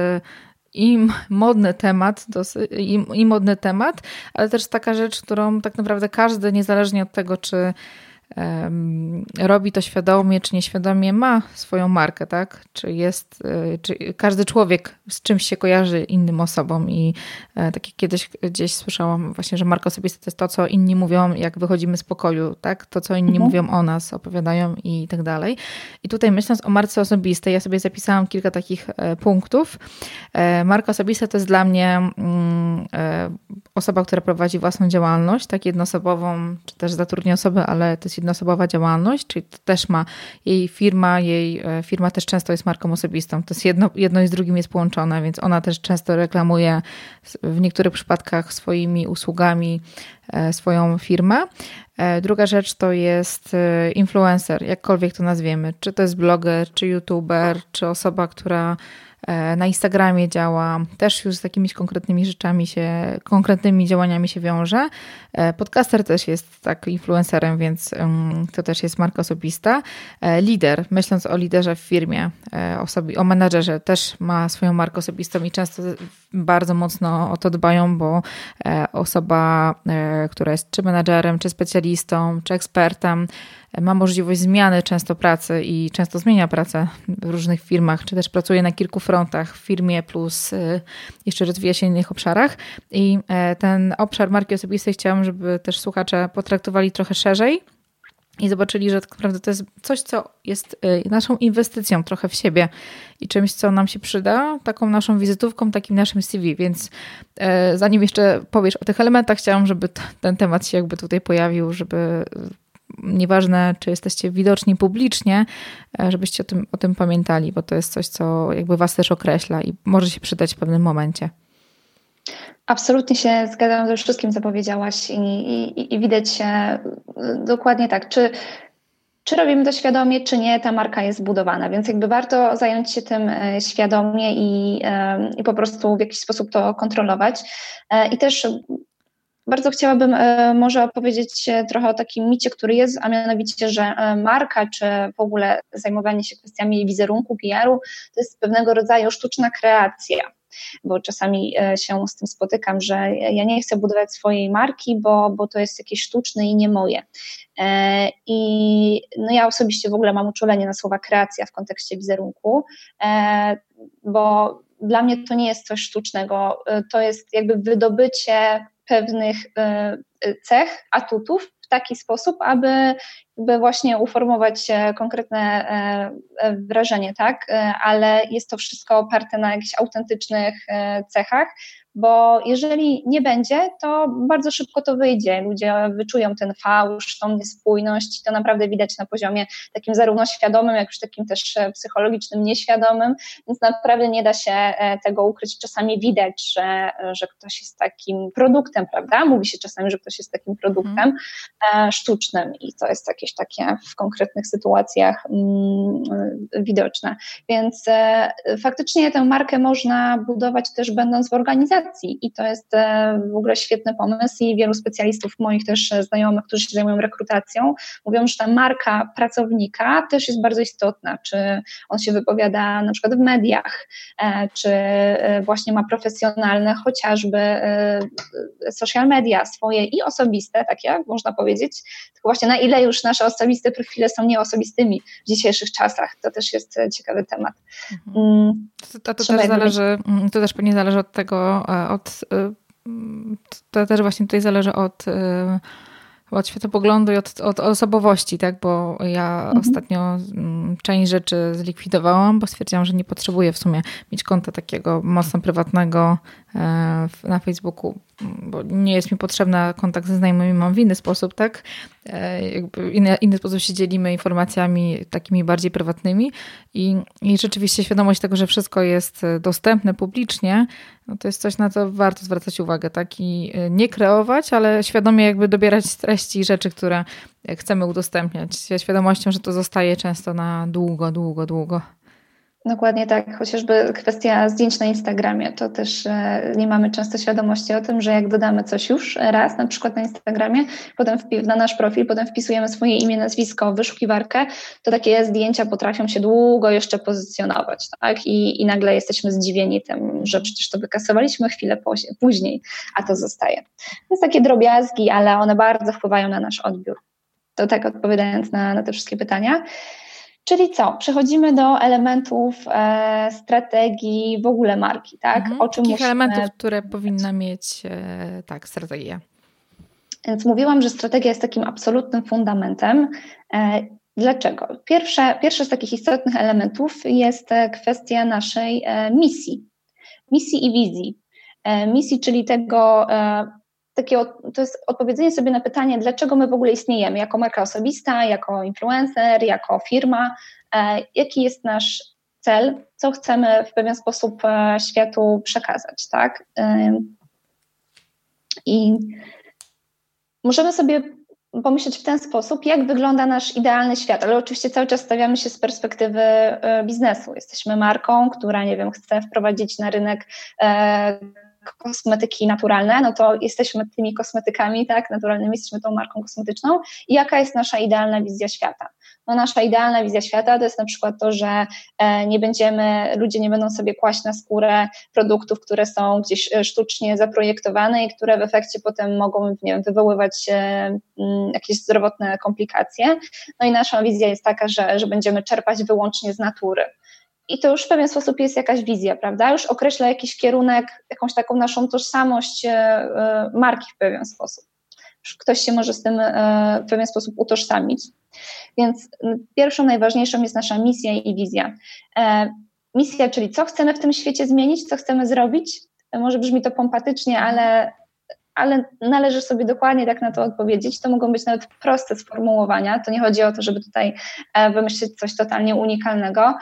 modny temat, ale też taka rzecz, którą tak naprawdę każdy, niezależnie od tego, czy robi to świadomie, czy nieświadomie, ma swoją markę, tak? Czy każdy człowiek z czymś się kojarzy innym osobom i tak jak kiedyś gdzieś słyszałam właśnie, że marka osobista to jest to, co inni mówią, jak wychodzimy z pokoju, tak? To, co inni mówią o nas, opowiadają i tak dalej. I tutaj myśląc o marce osobistej, ja sobie zapisałam kilka takich punktów. Marka osobista to jest dla mnie osoba, która prowadzi własną działalność, tak jednoosobową, czy też zatrudnia osobę, ale to jest jednoosobowa działalność, czyli to też ma jej firma też często jest marką osobistą. To jest jedno i z drugim jest połączone, więc ona też często reklamuje w niektórych przypadkach swoimi usługami swoją firmę. Druga rzecz to jest influencer, jakkolwiek to nazwiemy. Czy to jest bloger, czy youtuber, czy osoba, która na Instagramie działa, też już z takimi konkretnymi działaniami się wiąże. Podcaster też jest tak influencerem, więc to też jest marka osobista. Lider, myśląc o liderze w firmie, o menadżerze, też ma swoją markę osobistą i często bardzo mocno o to dbają, bo osoba, która jest czy menadżerem, czy specjalistą, czy ekspertem, ma możliwość zmiany często pracy i często zmienia pracę w różnych firmach, czy też pracuje na kilku frontach w firmie plus jeszcze rozwija się w innych obszarach. I ten obszar marki osobistej chciałam, żeby też słuchacze potraktowali trochę szerzej i zobaczyli, że tak naprawdę to jest coś, co jest naszą inwestycją trochę w siebie i czymś, co nam się przyda, taką naszą wizytówką, takim naszym CV. Więc zanim jeszcze powiesz o tych elementach, chciałam, żeby ten temat się jakby tutaj pojawił, żeby nieważne, czy jesteście widoczni publicznie, żebyście o tym pamiętali, bo to jest coś, co jakby was też określa i może się przydać w pewnym momencie. Absolutnie się zgadzam ze wszystkim, co powiedziałaś i widać się dokładnie tak. Czy robimy to świadomie, czy nie, ta marka jest zbudowana, więc jakby warto zająć się tym świadomie i po prostu w jakiś sposób to kontrolować. I też bardzo chciałabym może opowiedzieć trochę o takim micie, który jest, a mianowicie, że marka, czy w ogóle zajmowanie się kwestiami wizerunku, PR-u, to jest pewnego rodzaju sztuczna kreacja. Bo czasami się z tym spotykam, że ja nie chcę budować swojej marki, bo to jest jakieś sztuczne i nie moje. I no ja osobiście w ogóle mam uczulenie na słowa kreacja w kontekście wizerunku, bo dla mnie to nie jest coś sztucznego, to jest jakby wydobycie pewnych cech, atutów w taki sposób, aby właśnie uformować konkretne wrażenie, tak? Ale jest to wszystko oparte na jakichś autentycznych cechach, bo jeżeli nie będzie, to bardzo szybko to wyjdzie. Ludzie wyczują ten fałsz, tą niespójność i to naprawdę widać na poziomie takim zarówno świadomym, jak już takim też psychologicznym, nieświadomym, więc naprawdę nie da się tego ukryć. Czasami widać, że ktoś jest takim produktem, prawda? Mówi się czasami, że ktoś jest takim produktem sztucznym i to jest jakieś takie w konkretnych sytuacjach widoczne. Więc faktycznie tę markę można budować też będąc w organizacji i to jest w ogóle świetny pomysł i wielu specjalistów moich też znajomych, którzy się zajmują rekrutacją, mówią, że ta marka pracownika też jest bardzo istotna, czy on się wypowiada na przykład w mediach, czy właśnie ma profesjonalne chociażby social media swoje i osobiste, tak jak można powiedzieć, tylko właśnie na ile już nasze osobiste profile są nieosobistymi w dzisiejszych czasach, to też jest ciekawy temat. To też zależy, to też pewnie zależy od tego, to też właśnie tutaj zależy od światopoglądu i od osobowości, tak? Bo ja ostatnio część rzeczy zlikwidowałam, bo stwierdziłam, że nie potrzebuję w sumie mieć konta takiego mocno prywatnego na Facebooku. bo nie jest mi potrzebna kontakt ze znajomymi, mam w inny sposób, tak? Jakby inny sposób się dzielimy informacjami takimi bardziej prywatnymi i rzeczywiście świadomość tego, że wszystko jest dostępne publicznie, no to jest coś, na co warto zwracać uwagę, tak? I nie kreować, ale świadomie jakby dobierać treści i rzeczy, które chcemy udostępniać, ze świadomością, że to zostaje często na długo, długo, długo. Dokładnie tak, chociażby kwestia zdjęć na Instagramie, to też nie mamy często świadomości o tym, że jak dodamy coś już raz, na przykład na Instagramie, potem na nasz profil, potem wpisujemy swoje imię, nazwisko, wyszukiwarkę, to takie zdjęcia potrafią się długo jeszcze pozycjonować, tak? I nagle jesteśmy zdziwieni tym, że przecież to wykasowaliśmy chwilę później, a to zostaje. Więc takie drobiazgi, ale one bardzo wpływają na nasz odbiór. To tak odpowiadając na te wszystkie pytania. Czyli co? Przechodzimy do elementów strategii w ogóle marki, tak? O czym takich elementów, które powinna mieć strategia. Więc mówiłam, że strategia jest takim absolutnym fundamentem. Dlaczego? Pierwszy z takich istotnych elementów jest kwestia naszej misji i wizji. Misji, czyli to jest odpowiedzenie sobie na pytanie, dlaczego my w ogóle istniejemy jako marka osobista, jako influencer, jako firma, jaki jest nasz cel, co chcemy w pewien sposób światu przekazać, tak? I możemy sobie pomyśleć w ten sposób, jak wygląda nasz idealny świat, ale oczywiście cały czas stawiamy się z perspektywy biznesu. Jesteśmy marką, która, nie wiem, chce wprowadzić na rynek kosmetyki naturalne, no to jesteśmy tymi kosmetykami, tak, naturalnymi, jesteśmy tą marką kosmetyczną. I jaka jest nasza idealna wizja świata? No nasza idealna wizja świata to jest na przykład to, że ludzie nie będą sobie kłaść na skórę produktów, które są gdzieś sztucznie zaprojektowane i które w efekcie potem mogą, nie wiem, wywoływać jakieś zdrowotne komplikacje. No i nasza wizja jest taka, że będziemy czerpać wyłącznie z natury. I to już w pewien sposób jest jakaś wizja, prawda? Już określa jakiś kierunek, jakąś taką naszą tożsamość marki w pewien sposób. Już ktoś się może z tym w pewien sposób utożsamić. Więc pierwszą, najważniejszą jest nasza misja i wizja. Misja, czyli co chcemy w tym świecie zmienić, co chcemy zrobić. Może brzmi to pompatycznie, ale należy sobie dokładnie tak na to odpowiedzieć. To mogą być nawet proste sformułowania. To nie chodzi o to, żeby tutaj wymyślić coś totalnie unikalnego.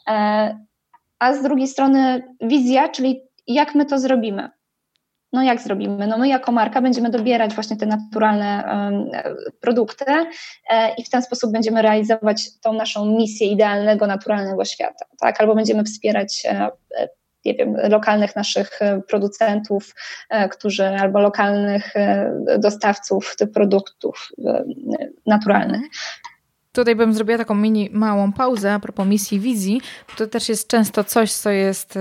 A z drugiej strony wizja, czyli jak my to zrobimy. No jak zrobimy? No my jako marka będziemy dobierać właśnie te naturalne produkty i w ten sposób będziemy realizować tą naszą misję idealnego, naturalnego świata, tak? Albo będziemy wspierać nie wiem, lokalnych naszych producentów, albo lokalnych dostawców tych produktów naturalnych. Tutaj bym zrobiła taką małą pauzę a propos misji i wizji. To też jest często coś, co jest,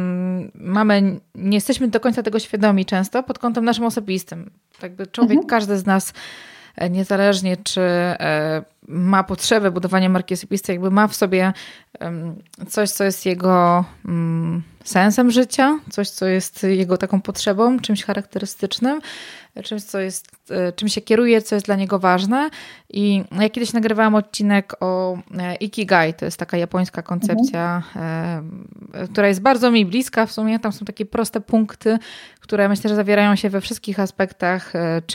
nie jesteśmy do końca tego świadomi często pod kątem naszym osobistym. Jakby człowiek, każdy z nas, niezależnie czy ma potrzebę budowania marki osobistej, jakby ma w sobie coś, co jest jego sensem życia, coś, co jest jego taką potrzebą, czymś charakterystycznym, czym się kieruje, co jest dla niego ważne. I ja kiedyś nagrywałam odcinek o Ikigai, to jest taka japońska koncepcja, która jest bardzo mi bliska w sumie. Tam są takie proste punkty, które myślę, że zawierają się we wszystkich aspektach,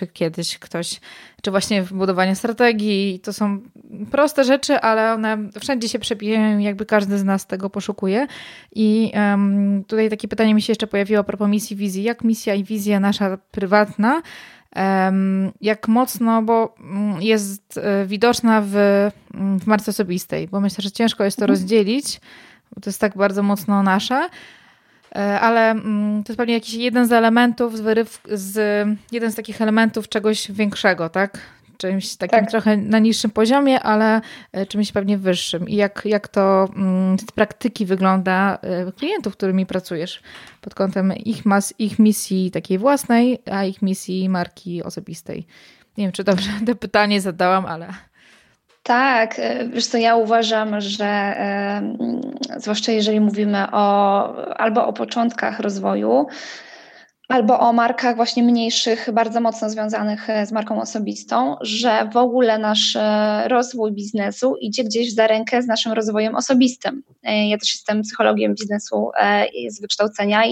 czy właśnie w budowaniu strategii. To są proste rzeczy, ale one wszędzie się przebijają, jakby każdy z nas tego poszukuje. I tutaj takie pytanie mi się jeszcze pojawiło a propos misji, wizji. Jak misja i wizja nasza prywatna, jak mocno, bo jest widoczna w marce osobistej, bo myślę, że ciężko jest to rozdzielić, bo to jest tak bardzo mocno nasze, ale to jest pewnie jakiś jeden z elementów, jeden z takich elementów czegoś większego, tak? Czymś takim trochę na niższym poziomie, ale czymś pewnie wyższym. I jak to z praktyki wygląda klientów, którymi pracujesz pod kątem ich misji takiej własnej, a ich misji marki osobistej. Nie wiem, czy dobrze to pytanie zadałam, ale... Tak, wiesz co, ja uważam, że zwłaszcza jeżeli mówimy albo o początkach rozwoju, albo o markach właśnie mniejszych, bardzo mocno związanych z marką osobistą, że w ogóle nasz rozwój biznesu idzie gdzieś za rękę z naszym rozwojem osobistym. Ja też jestem psychologiem biznesu z wykształcenia i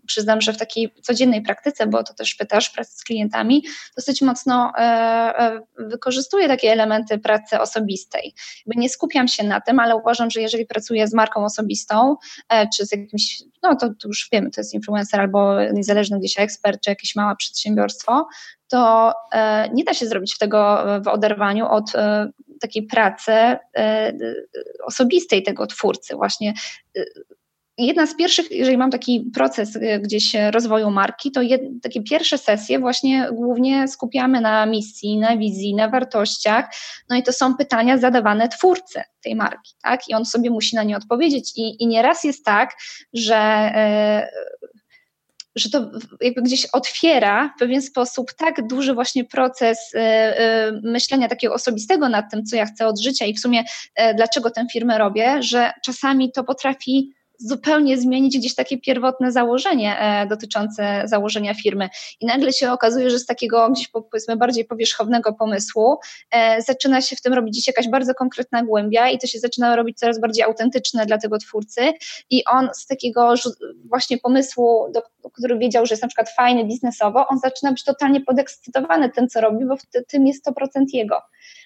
przyznam, że w takiej codziennej praktyce, bo to też pytasz, pracy z klientami, dosyć mocno wykorzystuję takie elementy pracy osobistej. Nie skupiam się na tym, ale uważam, że jeżeli pracuję z marką osobistą, czy z jakimś, no to już wiemy, to jest influencer albo niezależny gdzieś ekspert, czy jakieś małe przedsiębiorstwo, to nie da się zrobić tego w oderwaniu od takiej pracy osobistej tego twórcy. Właśnie jedna z pierwszych, jeżeli mam taki proces gdzieś rozwoju marki, to takie pierwsze sesje właśnie głównie skupiamy na misji, na wizji, na wartościach, no i to są pytania zadawane twórcy tej marki, tak? I on sobie musi na nie odpowiedzieć i nieraz jest tak, że to jakby gdzieś otwiera w pewien sposób tak duży właśnie proces myślenia takiego osobistego nad tym, co ja chcę od życia i w sumie dlaczego tę firmę robię, że czasami to potrafi zupełnie zmienić gdzieś takie pierwotne założenie dotyczące założenia firmy. I nagle się okazuje, że z takiego gdzieś powiedzmy bardziej powierzchownego pomysłu zaczyna się w tym robić gdzieś jakaś bardzo konkretna głębia i to się zaczyna robić coraz bardziej autentyczne dla tego twórcy i on z takiego właśnie pomysłu, który wiedział, że jest na przykład fajny biznesowo, on zaczyna być totalnie podekscytowany tym, co robi, bo w tym jest 100% jego.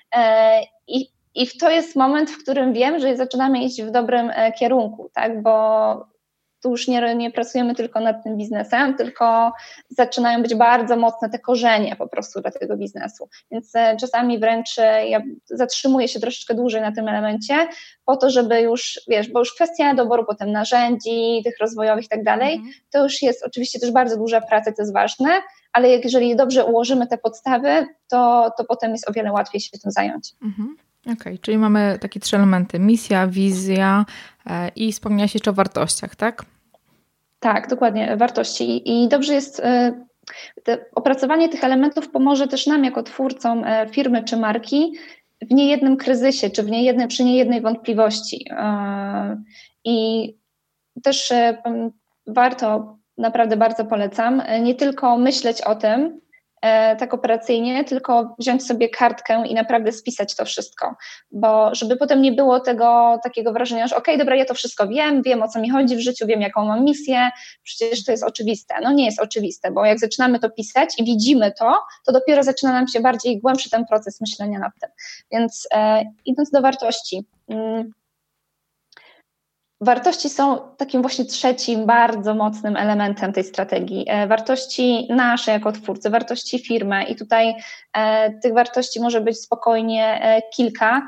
I to jest moment, w którym wiem, że zaczynamy iść w dobrym kierunku, tak? Bo tu już nie pracujemy tylko nad tym biznesem, tylko zaczynają być bardzo mocne te korzenie po prostu dla tego biznesu. Więc czasami wręcz ja zatrzymuję się troszeczkę dłużej na tym elemencie po to, żeby już, wiesz, bo już kwestia doboru potem narzędzi, tych rozwojowych i tak dalej, to już jest oczywiście też bardzo duża praca, to jest ważne, ale jeżeli dobrze ułożymy te podstawy, to potem jest o wiele łatwiej się tym zająć. Okej, czyli mamy takie 3 elementy: misja, wizja i wspomniałaś jeszcze o wartościach, tak? Tak, dokładnie, wartości. I dobrze jest, opracowanie tych elementów pomoże też nam jako twórcom firmy czy marki w niejednym kryzysie, czy przy niejednej wątpliwości. I też warto, naprawdę bardzo polecam, nie tylko myśleć o tym, tak operacyjnie, tylko wziąć sobie kartkę i naprawdę spisać to wszystko, bo żeby potem nie było tego takiego wrażenia, że okej, dobra, ja to wszystko wiem o co mi chodzi w życiu, wiem jaką mam misję, przecież to jest oczywiste. No nie jest oczywiste, bo jak zaczynamy to pisać i widzimy to dopiero zaczyna nam się bardziej głębszy ten proces myślenia nad tym. Więc idąc do wartości, wartości są takim właśnie trzecim bardzo mocnym elementem tej strategii. Wartości nasze jako twórcy, wartości firmy i tutaj tych wartości może być spokojnie kilka.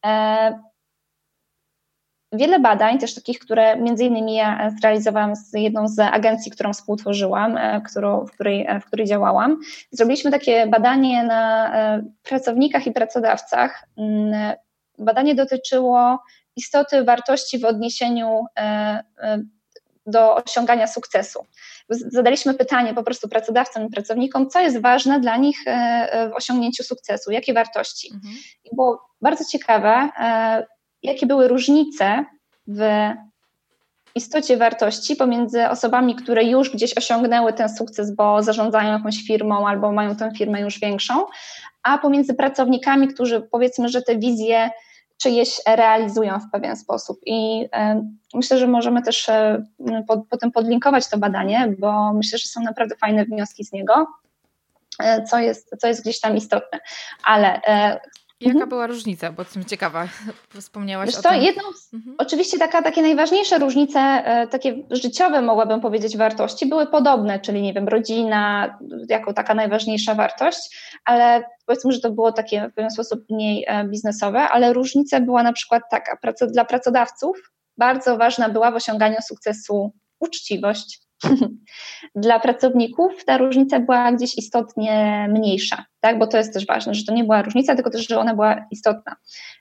Wiele badań, też takich, które między innymi ja zrealizowałam z jedną z agencji, którą współtworzyłam, w której działałam. Zrobiliśmy takie badanie na pracownikach i pracodawcach. Badanie dotyczyło istoty wartości w odniesieniu do osiągania sukcesu. Zadaliśmy pytanie po prostu pracodawcom i pracownikom, co jest ważne dla nich w osiągnięciu sukcesu, jakie wartości. I było bardzo ciekawe, jakie były różnice w istocie wartości pomiędzy osobami, które już gdzieś osiągnęły ten sukces, bo zarządzają jakąś firmą albo mają tę firmę już większą, a pomiędzy pracownikami, którzy powiedzmy, że te wizje czyjeś realizują w pewien sposób. I myślę, że możemy też potem podlinkować to badanie, bo myślę, że są naprawdę fajne wnioski z niego, co jest gdzieś tam istotne. Ale jaka była różnica? Bo jestem ciekawa, wspomniałaś wiesz o co, tym. Oczywiście takie najważniejsze różnice, takie życiowe mogłabym powiedzieć wartości, były podobne, czyli nie wiem, rodzina jako taka najważniejsza wartość, ale powiedzmy, że to było takie w pewien sposób mniej biznesowe, ale różnica była na przykład taka, dla pracodawców bardzo ważna była w osiąganiu sukcesu uczciwość. Dla pracowników ta różnica była gdzieś istotnie mniejsza, tak? Bo to jest też ważne, że to nie była różnica, tylko też, że ona była istotna.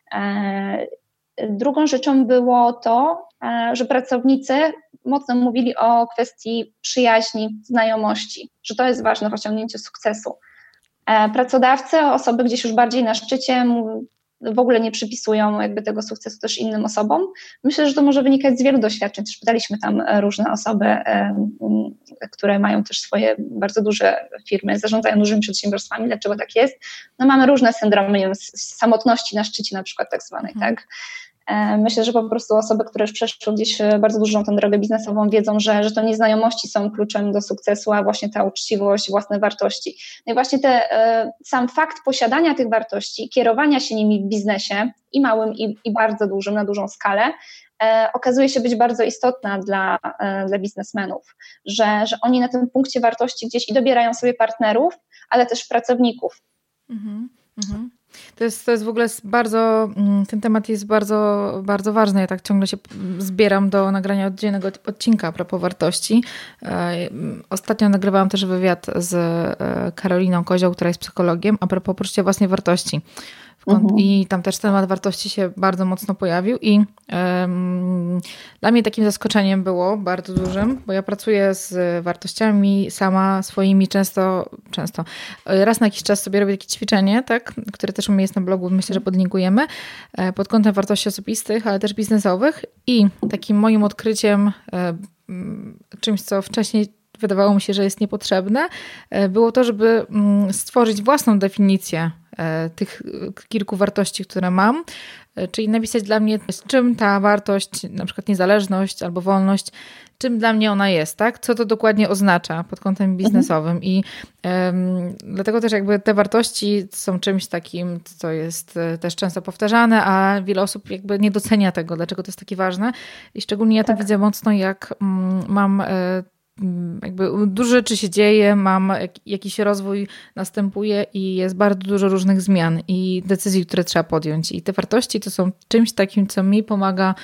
Drugą rzeczą było to, że pracownicy mocno mówili o kwestii przyjaźni, znajomości, że to jest ważne w osiągnięciu sukcesu. Pracodawcy, osoby gdzieś już bardziej na szczycie, w ogóle nie przypisują jakby tego sukcesu też innym osobom. Myślę, że to może wynikać z wielu doświadczeń. Też pytaliśmy tam różne osoby, które mają też swoje bardzo duże firmy, zarządzają dużymi przedsiębiorstwami. Dlaczego tak jest? No mamy różne syndromy, nie wiem, samotności na szczycie na przykład tak zwanej, tak? Myślę, że po prostu osoby, które już przeszły gdzieś bardzo dużą tę drogę biznesową, wiedzą, że to nie znajomości są kluczem do sukcesu, a właśnie ta uczciwość, własne wartości. No i właśnie sam fakt posiadania tych wartości, kierowania się nimi w biznesie, i małym, i bardzo dużym, na dużą skalę, okazuje się być bardzo istotna dla biznesmenów, że oni na tym punkcie wartości gdzieś i dobierają sobie partnerów, ale też pracowników. To jest w ogóle bardzo, ten temat jest bardzo, bardzo ważny. Ja tak ciągle się zbieram do nagrania oddzielnego odcinka a propos wartości. Ostatnio nagrywałam też wywiad z Karoliną Kozioł, która jest psychologiem, a propos poczucia własnej wartości. I tam też temat wartości się bardzo mocno pojawił i dla mnie takim zaskoczeniem było bardzo dużym, bo ja pracuję z wartościami sama swoimi często raz na jakiś czas sobie robię takie ćwiczenie, tak, które też u mnie jest na blogu, myślę, że podlinkujemy, pod kątem wartości osobistych, ale też biznesowych i takim moim odkryciem, czymś, co wcześniej wydawało mi się, że jest niepotrzebne, było to, żeby stworzyć własną definicję tych kilku wartości, które mam, czyli napisać dla mnie, czym ta wartość, na przykład niezależność albo wolność, czym dla mnie ona jest, tak? Co to dokładnie oznacza pod kątem biznesowym i dlatego też jakby te wartości są czymś takim, co jest też często powtarzane, a wiele osób jakby nie docenia tego, dlaczego to jest takie ważne i szczególnie ja to widzę mocno, jak mam jakby dużo rzeczy się dzieje, mam jakiś rozwój następuje i jest bardzo dużo różnych zmian i decyzji, które trzeba podjąć. I te wartości to są czymś takim, co mi pomaga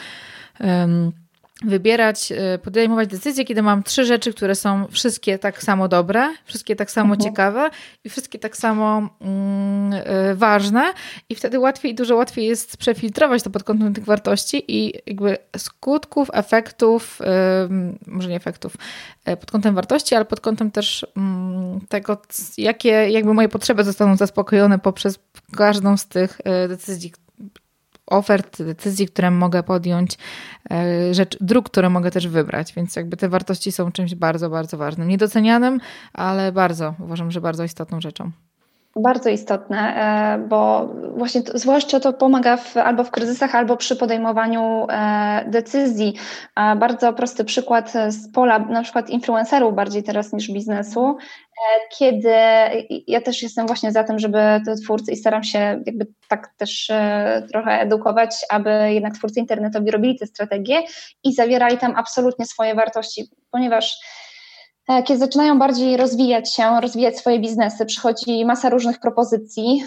wybierać, podejmować decyzje, kiedy mam 3 rzeczy, które są wszystkie tak samo dobre, wszystkie tak samo ciekawe i wszystkie tak samo ważne i wtedy dużo łatwiej jest przefiltrować to pod kątem tych wartości i jakby skutków, efektów, może nie efektów, pod kątem wartości, ale pod kątem też tego, jakie jakby moje potrzeby zostaną zaspokojone poprzez każdą z tych decyzji, ofert, decyzji, które mogę podjąć, dróg, które mogę też wybrać. Więc jakby te wartości są czymś bardzo, bardzo ważnym. Niedocenianym, ale uważam, że bardzo istotną rzeczą. Bardzo istotne, bo właśnie zwłaszcza to pomaga albo w kryzysach, albo przy podejmowaniu decyzji. Bardzo prosty przykład z pola na przykład influencerów bardziej teraz niż biznesu, kiedy ja też jestem właśnie za tym, żeby te twórcy i staram się jakby tak też trochę edukować, aby jednak twórcy internetowi robili te strategie i zawierali tam absolutnie swoje wartości, ponieważ kiedy zaczynają bardziej rozwijać swoje biznesy, przychodzi masa różnych propozycji,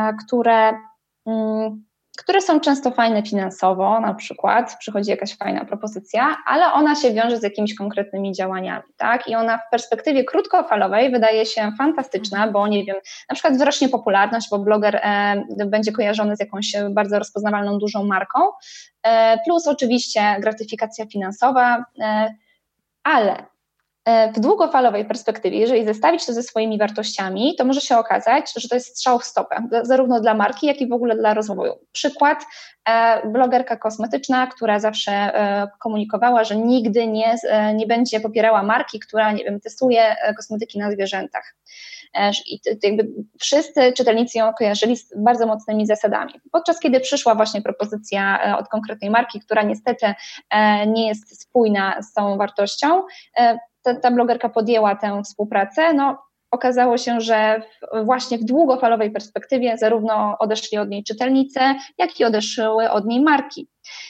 które są często fajne finansowo, na przykład przychodzi jakaś fajna propozycja, ale ona się wiąże z jakimiś konkretnymi działaniami, tak? I ona w perspektywie krótkofalowej wydaje się fantastyczna, bo nie wiem, na przykład wzrośnie popularność, bo bloger będzie kojarzony z jakąś bardzo rozpoznawalną, dużą marką, plus oczywiście gratyfikacja finansowa, ale w długofalowej perspektywie, jeżeli zestawić to ze swoimi wartościami, to może się okazać, że to jest strzał w stopę, zarówno dla marki, jak i w ogóle dla rozwoju. Przykład, blogerka kosmetyczna, która zawsze komunikowała, że nigdy nie będzie popierała marki, która, nie wiem, testuje kosmetyki na zwierzętach. I jakby wszyscy czytelnicy ją kojarzyli z bardzo mocnymi zasadami. Podczas kiedy przyszła właśnie propozycja od konkretnej marki, która niestety nie jest spójna z tą wartością, ta blogerka podjęła tę współpracę, no okazało się, że właśnie w długofalowej perspektywie zarówno odeszli od niej czytelnicy, jak i odeszły od niej marki.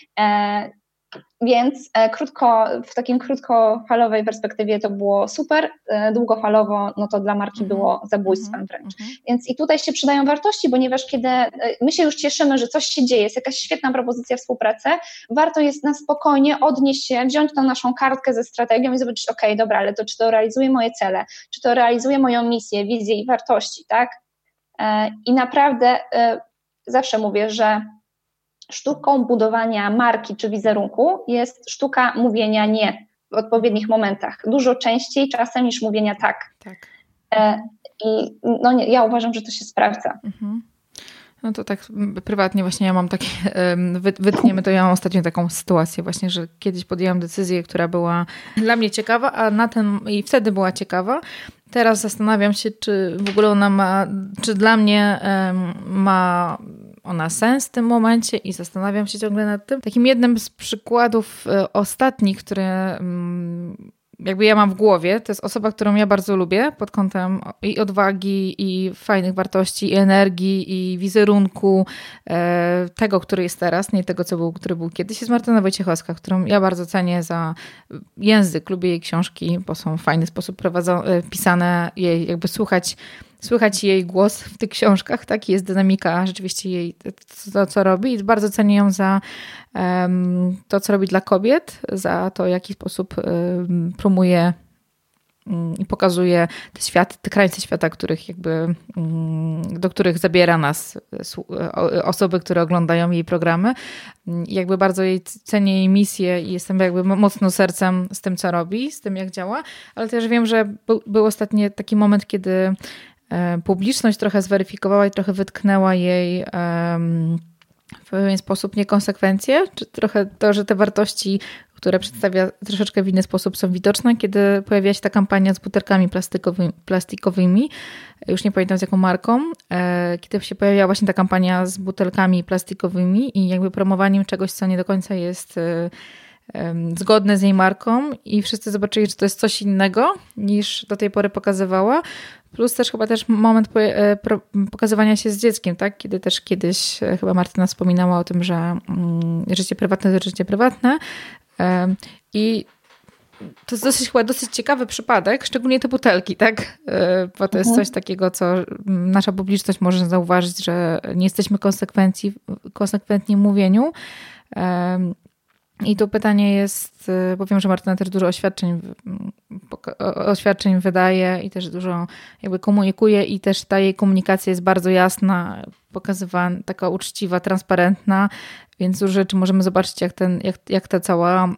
Więc w takim krótkofalowej perspektywie to było super, długofalowo no to dla marki było zabójstwem wręcz. Więc i tutaj się przydają wartości, ponieważ kiedy my się już cieszymy, że coś się dzieje, jest jakaś świetna propozycja współpracy, warto jest na spokojnie odnieść się, wziąć tą naszą kartkę ze strategią i zobaczyć, okej, dobra, ale to czy to realizuje moje cele, czy to realizuje moją misję, wizję i wartości, tak? I naprawdę zawsze mówię, że sztuką budowania marki czy wizerunku jest sztuka mówienia nie w odpowiednich momentach. Dużo częściej czasem niż mówienia tak. I no nie, ja uważam, że to się sprawdza. No to tak prywatnie właśnie ja mam takie, wytniemy to, ja mam ostatnio taką sytuację właśnie, że kiedyś podjęłam decyzję, która była dla mnie ciekawa, i wtedy była ciekawa. Teraz zastanawiam się, czy w ogóle ona czy dla mnie ma ona sens w tym momencie i zastanawiam się ciągle nad tym. Takim jednym z przykładów ostatnich, które jakby ja mam w głowie, to jest osoba, którą ja bardzo lubię pod kątem i odwagi, i fajnych wartości, i energii, i wizerunku tego, który jest teraz, nie tego, który był kiedyś, jest Martyna Wojciechowska, którą ja bardzo cenię za język, lubię jej książki, bo są w fajny sposób pisane, jej jakby słychać jej głos w tych książkach, tak? Jest dynamika rzeczywiście jej, to co robi i bardzo cenię ją za to, co robi dla kobiet, za to, w jaki sposób promuje i pokazuje te krańce świata, do których zabiera nas osoby, które oglądają jej programy. I jakby bardzo cenię jej misję i jestem jakby mocno sercem z tym, co robi, z tym, jak działa, ale też wiem, że był ostatnio taki moment, kiedy publiczność trochę zweryfikowała i trochę wytknęła jej w pewien sposób niekonsekwencje, czy trochę to, że te wartości, które przedstawia troszeczkę w inny sposób, są widoczne, kiedy pojawia się ta kampania z butelkami plastikowymi, już nie pamiętam z jaką marką, kiedy się pojawiała właśnie ta kampania z butelkami plastikowymi i jakby promowaniem czegoś, co nie do końca jest zgodne z jej marką i wszyscy zobaczyli, że to jest coś innego niż do tej pory pokazywała. Plus też chyba też moment pokazywania się z dzieckiem, tak? Kiedy też kiedyś chyba Martyna wspominała o tym, że życie prywatne to życie prywatne. I to jest chyba dosyć ciekawy przypadek, szczególnie te butelki, tak? Bo to jest coś takiego, co nasza publiczność może zauważyć, że nie jesteśmy konsekwentni w mówieniu. I to pytanie jest, bo wiem, że Martyna też dużo oświadczeń wydaje i też dużo jakby komunikuje i też ta jej komunikacja jest bardzo jasna, pokazywana, taka uczciwa, transparentna, więc dużo rzeczy możemy zobaczyć, jak ta cała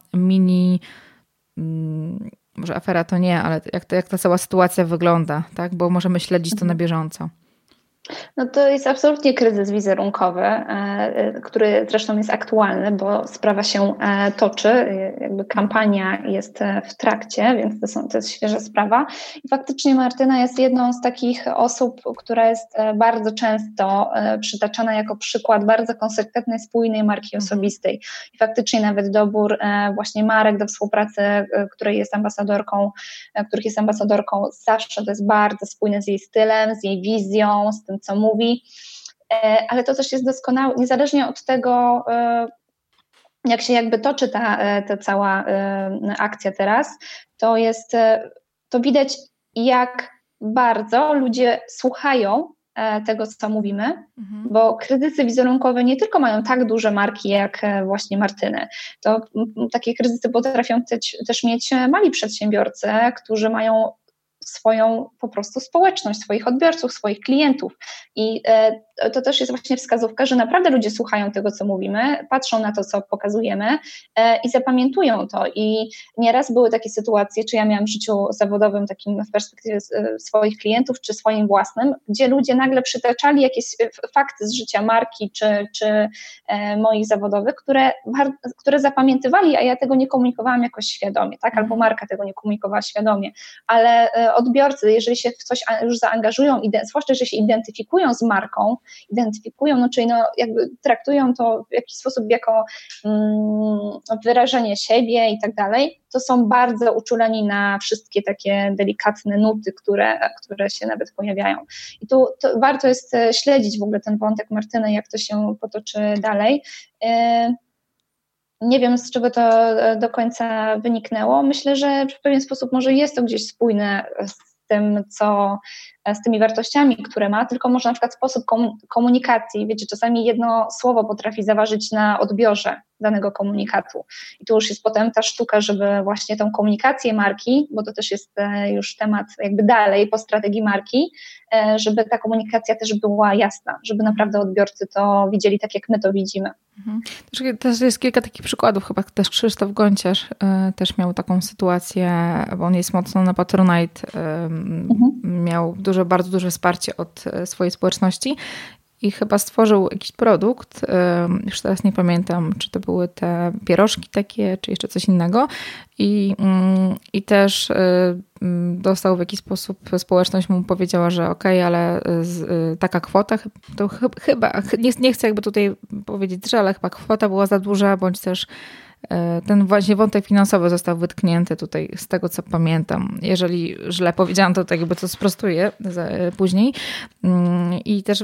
może afera to nie, ale jak ta cała sytuacja wygląda, tak? Bo możemy śledzić to na bieżąco. No to jest absolutnie kryzys wizerunkowy, który zresztą jest aktualny, bo sprawa się toczy, jakby kampania jest w trakcie, więc to jest świeża sprawa. I faktycznie Martyna jest jedną z takich osób, która jest bardzo często przytaczana jako przykład bardzo konsekwentnej, spójnej marki osobistej. I faktycznie nawet dobór właśnie marek do współpracy, których jest ambasadorką, zawsze to jest bardzo spójne z jej stylem, z jej wizją, z tym, co mówi, ale to też jest doskonałe, niezależnie od tego, jak się jakby toczy ta cała akcja teraz, to widać, jak bardzo ludzie słuchają tego, co mówimy, bo kryzysy wizerunkowe nie tylko mają tak duże marki, jak właśnie Martyny, to takie kryzysy potrafią też mieć mali przedsiębiorcy, którzy mają swoją po prostu społeczność, swoich odbiorców, swoich klientów i to też jest właśnie wskazówka, że naprawdę ludzie słuchają tego, co mówimy, patrzą na to, co pokazujemy i zapamiętują to i nieraz były takie sytuacje, czy ja miałam w życiu zawodowym takim w perspektywie swoich klientów, czy swoim własnym, gdzie ludzie nagle przytaczali jakieś fakty z życia marki, czy moich zawodowych, które zapamiętywali, a ja tego nie komunikowałam jakoś świadomie, tak, albo marka tego nie komunikowała świadomie, ale odbiorcy, jeżeli się w coś już zaangażują, zwłaszcza, że się identyfikują z marką, czyli jakby traktują to w jakiś sposób jako wyrażenie siebie i tak dalej, to są bardzo uczuleni na wszystkie takie delikatne nuty, które się nawet pojawiają. I tu warto jest śledzić w ogóle ten wątek Martyny, jak to się potoczy dalej. Nie wiem, z czego to do końca wyniknęło. Myślę, że w pewien sposób może jest to gdzieś spójne z tymi wartościami, które ma, tylko może na przykład sposób komunikacji. Wiecie, czasami jedno słowo potrafi zaważyć na odbiorze danego komunikatu. I tu już jest potem ta sztuka, żeby właśnie tą komunikację marki, bo to też jest już temat jakby dalej po strategii marki, żeby ta komunikacja też była jasna, żeby naprawdę odbiorcy to widzieli tak, jak my to widzimy. Też jest kilka takich przykładów, chyba też Krzysztof Gonciarz też miał taką sytuację, bo on jest mocno na Patronite, miał bardzo duże wsparcie od swojej społeczności i chyba stworzył jakiś produkt, już teraz nie pamiętam, czy to były te pierożki takie, czy jeszcze coś innego i też dostał w jakiś sposób, społeczność mu powiedziała, że okej, ale taka kwota, to chyba, nie chcę jakby tutaj powiedzieć, że ale chyba kwota była za duża, bądź też ten właśnie wątek finansowy został wytknięty tutaj z tego, co pamiętam. Jeżeli źle powiedziałam, to tak jakby to sprostuję później. I też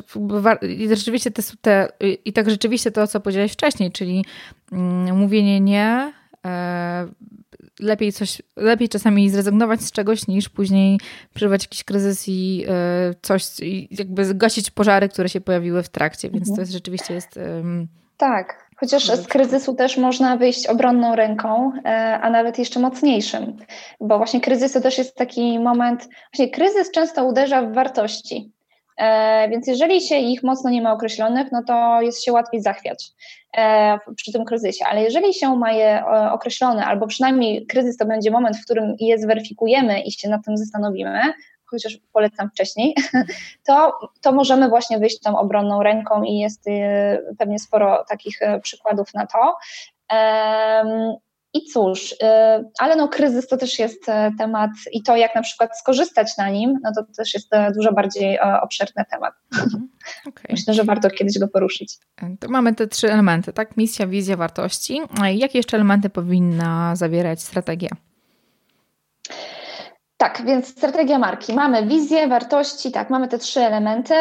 rzeczywiście to, co powiedziałeś wcześniej, czyli mówienie nie, lepiej czasami zrezygnować z czegoś, niż później przeżywać jakiś kryzys i jakby zgasić pożary, które się pojawiły w trakcie, więc to jest rzeczywiście jest... Tak, chociaż z kryzysu też można wyjść obronną ręką, a nawet jeszcze mocniejszym, bo właśnie kryzys to też jest taki moment, właśnie kryzys często uderza w wartości, więc jeżeli się ich mocno nie ma określonych, no to jest się łatwiej zachwiać przy tym kryzysie, ale jeżeli się ma je określone, albo przynajmniej kryzys to będzie moment, w którym je zweryfikujemy i się nad tym zastanowimy, chociaż polecam wcześniej, to możemy właśnie wyjść tą obronną ręką i jest pewnie sporo takich przykładów na to. I cóż, ale no kryzys to też jest temat i to jak na przykład skorzystać na nim, no to też jest dużo bardziej obszerny temat. Okay. Myślę, że warto kiedyś go poruszyć. To mamy te 3 elementy, tak? Misja, wizja, wartości. A jakie jeszcze elementy powinna zawierać strategia? Tak, więc strategia marki. Mamy wizję, wartości, tak, mamy te 3 elementy.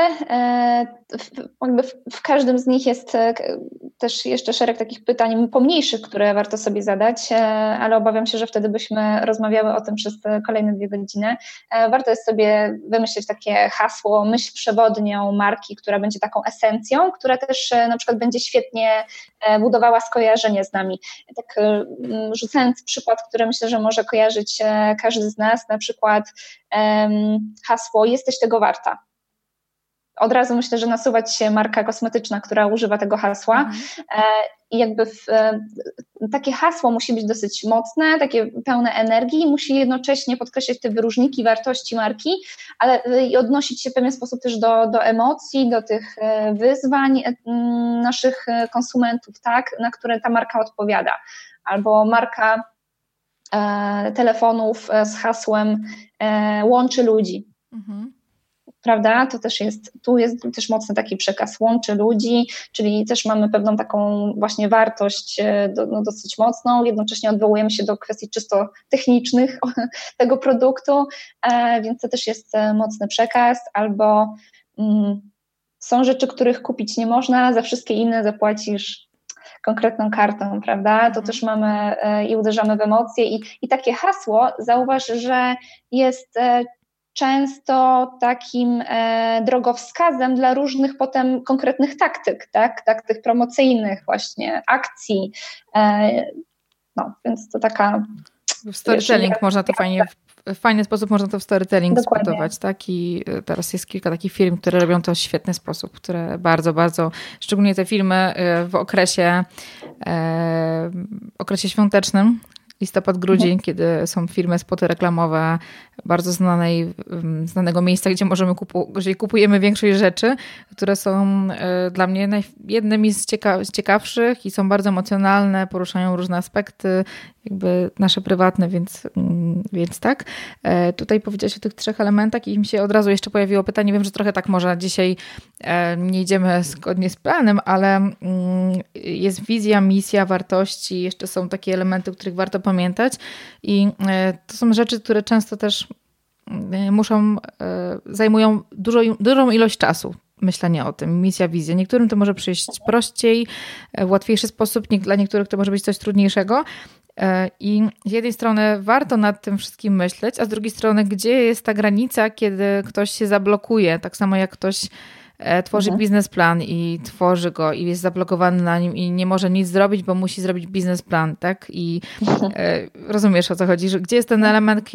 W każdym z nich jest też jeszcze szereg takich pytań pomniejszych, które warto sobie zadać, ale obawiam się, że wtedy byśmy rozmawiały o tym przez kolejne 2 godziny. Warto jest sobie wymyślić takie hasło, myśl przewodnią marki, która będzie taką esencją, która też na przykład będzie świetnie budowała skojarzenie z nami. Tak rzucając przykład, który myślę, że może kojarzyć każdy z nas, na przykład hasło jesteś tego warta. Od razu myślę, że nasuwa ci się marka kosmetyczna, która używa tego hasła i jakby takie hasło musi być dosyć mocne, takie pełne energii, musi jednocześnie podkreślać te wyróżniki, wartości marki, ale i odnosić się w pewien sposób też do emocji, do tych wyzwań naszych konsumentów, tak, na które ta marka odpowiada. Albo marka telefonów z hasłem łączy ludzi. Prawda? Tu jest też mocny taki przekaz, łączy ludzi, czyli też mamy pewną taką właśnie wartość dosyć mocną, jednocześnie odwołujemy się do kwestii czysto technicznych tego produktu, więc to też jest mocny przekaz, albo są rzeczy, których kupić nie można, za wszystkie inne zapłacisz konkretną kartą, prawda? To też mamy i uderzamy w emocje i takie hasło, zauważ, że jest często takim drogowskazem dla różnych potem konkretnych taktyk, tak? Taktyk promocyjnych właśnie, akcji. No, więc to taka... W storytelling można to w fajny sposób można to w storytelling zbudować, tak? I teraz jest kilka takich firm, które robią to w świetny sposób, które bardzo, bardzo, szczególnie te filmy w okresie świątecznym, listopad, grudzień, kiedy są firmy, spoty reklamowe bardzo znanego miejsca, gdzie gdzie kupujemy większość rzeczy, które są dla mnie jednymi z ciekawszych i są bardzo emocjonalne, poruszają różne aspekty, jakby nasze prywatne, więc tak. Tutaj powiedziałaś o tych 3 elementach i mi się od razu jeszcze pojawiło pytanie, wiem, że trochę tak może dzisiaj nie idziemy zgodnie z planem, ale jest wizja, misja, wartości, jeszcze są takie elementy, o których warto pamiętać i to są rzeczy, które często też zajmują dużą ilość czasu. Myślenie o tym, misja, wizja. Niektórym to może przyjść prościej, w łatwiejszy sposób, dla niektórych to może być coś trudniejszego. I z jednej strony warto nad tym wszystkim myśleć, a z drugiej strony, gdzie jest ta granica, kiedy ktoś się zablokuje, tak samo jak ktoś tworzy biznesplan i tworzy go i jest zablokowany na nim i nie może nic zrobić, bo musi zrobić biznesplan, tak? I rozumiesz, o co chodzi, że gdzie jest ten element,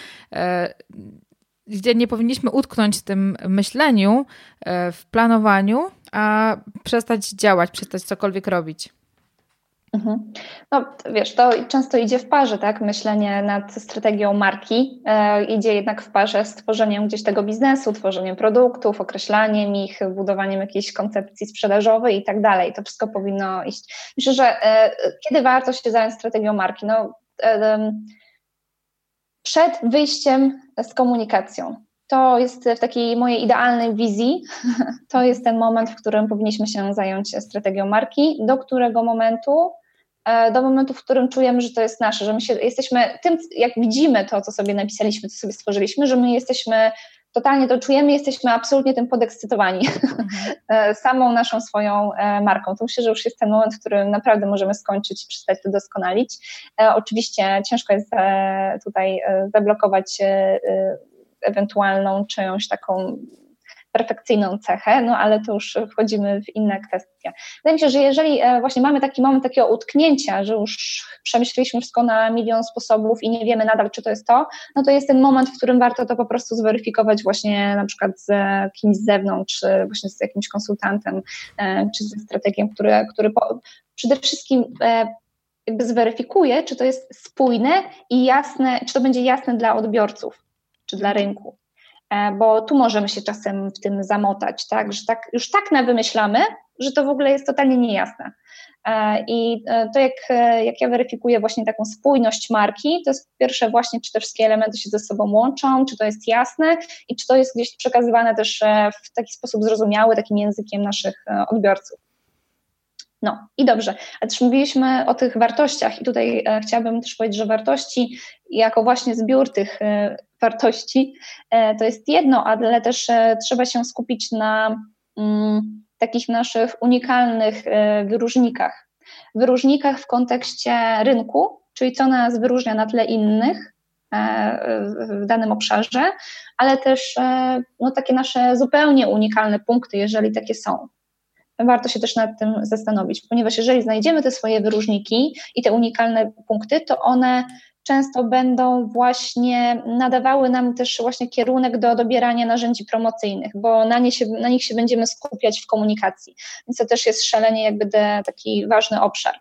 gdzie nie powinniśmy utknąć w tym myśleniu, w planowaniu, a przestać działać, przestać cokolwiek robić. No wiesz, to często idzie w parze, tak? Myślenie nad strategią marki idzie jednak w parze z tworzeniem gdzieś tego biznesu, tworzeniem produktów, określaniem ich, budowaniem jakiejś koncepcji sprzedażowej i tak dalej. To wszystko powinno iść. Myślę, że kiedy warto się zająć strategią marki? No, przed wyjściem z komunikacją. To jest w takiej mojej idealnej wizji, to jest ten moment, w którym powinniśmy się zająć strategią marki, do momentu, w którym czujemy, że to jest nasze, że my jesteśmy tym, jak widzimy to, co sobie napisaliśmy, co sobie stworzyliśmy, że my jesteśmy, totalnie to czujemy, jesteśmy absolutnie tym podekscytowani samą naszą swoją marką. To myślę, że już jest ten moment, w którym naprawdę możemy skończyć i przestać to doskonalić. Oczywiście ciężko jest tutaj zablokować ewentualną czyjąś taką perfekcyjną cechę, no ale to już wchodzimy w inne kwestie. Wydaje mi się, że jeżeli właśnie mamy taki moment takiego utknięcia, że już przemyśleliśmy wszystko na milion sposobów i nie wiemy nadal, czy to jest to, no to jest ten moment, w którym warto to po prostu zweryfikować właśnie na przykład z kimś z zewnątrz, czy właśnie z jakimś konsultantem, czy ze strategiem, który przede wszystkim jakby zweryfikuje, czy to jest spójne i jasne, czy to będzie jasne dla odbiorców, czy dla rynku. Bo tu możemy się czasem w tym zamotać, tak, że już tak wymyślamy, że to w ogóle jest totalnie niejasne. I to jak ja weryfikuję właśnie taką spójność marki, to jest pierwsze właśnie, czy te wszystkie elementy się ze sobą łączą, czy to jest jasne i czy to jest gdzieś przekazywane też w taki sposób zrozumiały, takim językiem naszych odbiorców. No i dobrze, a też mówiliśmy o tych wartościach i tutaj chciałabym też powiedzieć, że wartości jako właśnie zbiór tych wartości to jest jedno, ale też trzeba się skupić na takich naszych unikalnych wyróżnikach. Wyróżnikach w kontekście rynku, czyli co nas wyróżnia na tle innych w danym obszarze, ale też no, takie nasze zupełnie unikalne punkty, jeżeli takie są. Warto się też nad tym zastanowić, ponieważ jeżeli znajdziemy te swoje wyróżniki i te unikalne punkty, to one często będą właśnie nadawały nam też właśnie kierunek do dobierania narzędzi promocyjnych, bo na nich się będziemy skupiać w komunikacji. Więc to też jest szalenie jakby taki ważny obszar.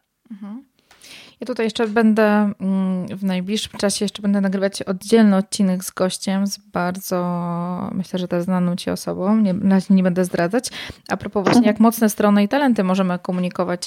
Ja tutaj jeszcze będę w najbliższym czasie nagrywać oddzielny odcinek z gościem, z bardzo, myślę, że też znaną Ci osobą, nie będę zdradzać. A propos właśnie, jak mocne strony i talenty możemy komunikować,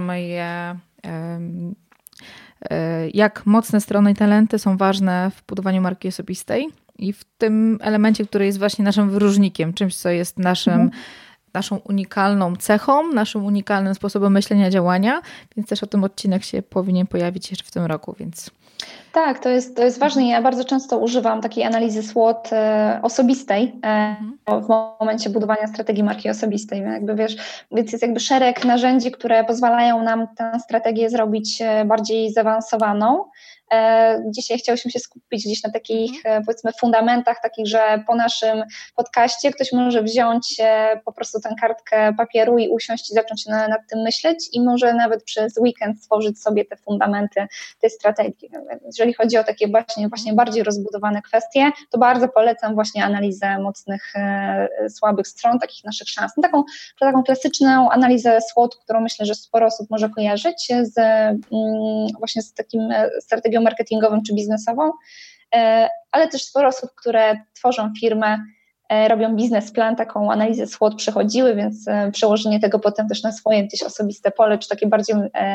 jak mocne strony i talenty są ważne w budowaniu marki osobistej i w tym elemencie, który jest właśnie naszym wyróżnikiem, czymś, co jest naszą unikalną cechą, naszym unikalnym sposobem myślenia, działania, więc też o tym odcinek się powinien pojawić jeszcze w tym roku, więc... Tak, to jest ważne. Ja bardzo często używam takiej analizy SWOT osobistej w momencie budowania strategii marki osobistej. Więc jest jakby szereg narzędzi, które pozwalają nam tę strategię zrobić bardziej zaawansowaną. Dzisiaj chciałyśmy się skupić gdzieś na takich, powiedzmy, fundamentach, takich, że po naszym podcaście ktoś może wziąć po prostu tę kartkę papieru i usiąść i zacząć nad tym myśleć i może nawet przez weekend stworzyć sobie te fundamenty tej strategii. Jeżeli chodzi o takie właśnie bardziej rozbudowane kwestie, to bardzo polecam właśnie analizę mocnych, słabych stron, takich naszych szans. Taką klasyczną analizę SWOT, którą myślę, że sporo osób może kojarzyć właśnie z takim strategią marketingową czy biznesową, ale też sporo osób, które tworzą firmę, robią biznesplan, taką analizę SWOT przechodziły, więc przełożenie tego potem też na swoje gdzieś osobiste pole, czy takie bardziej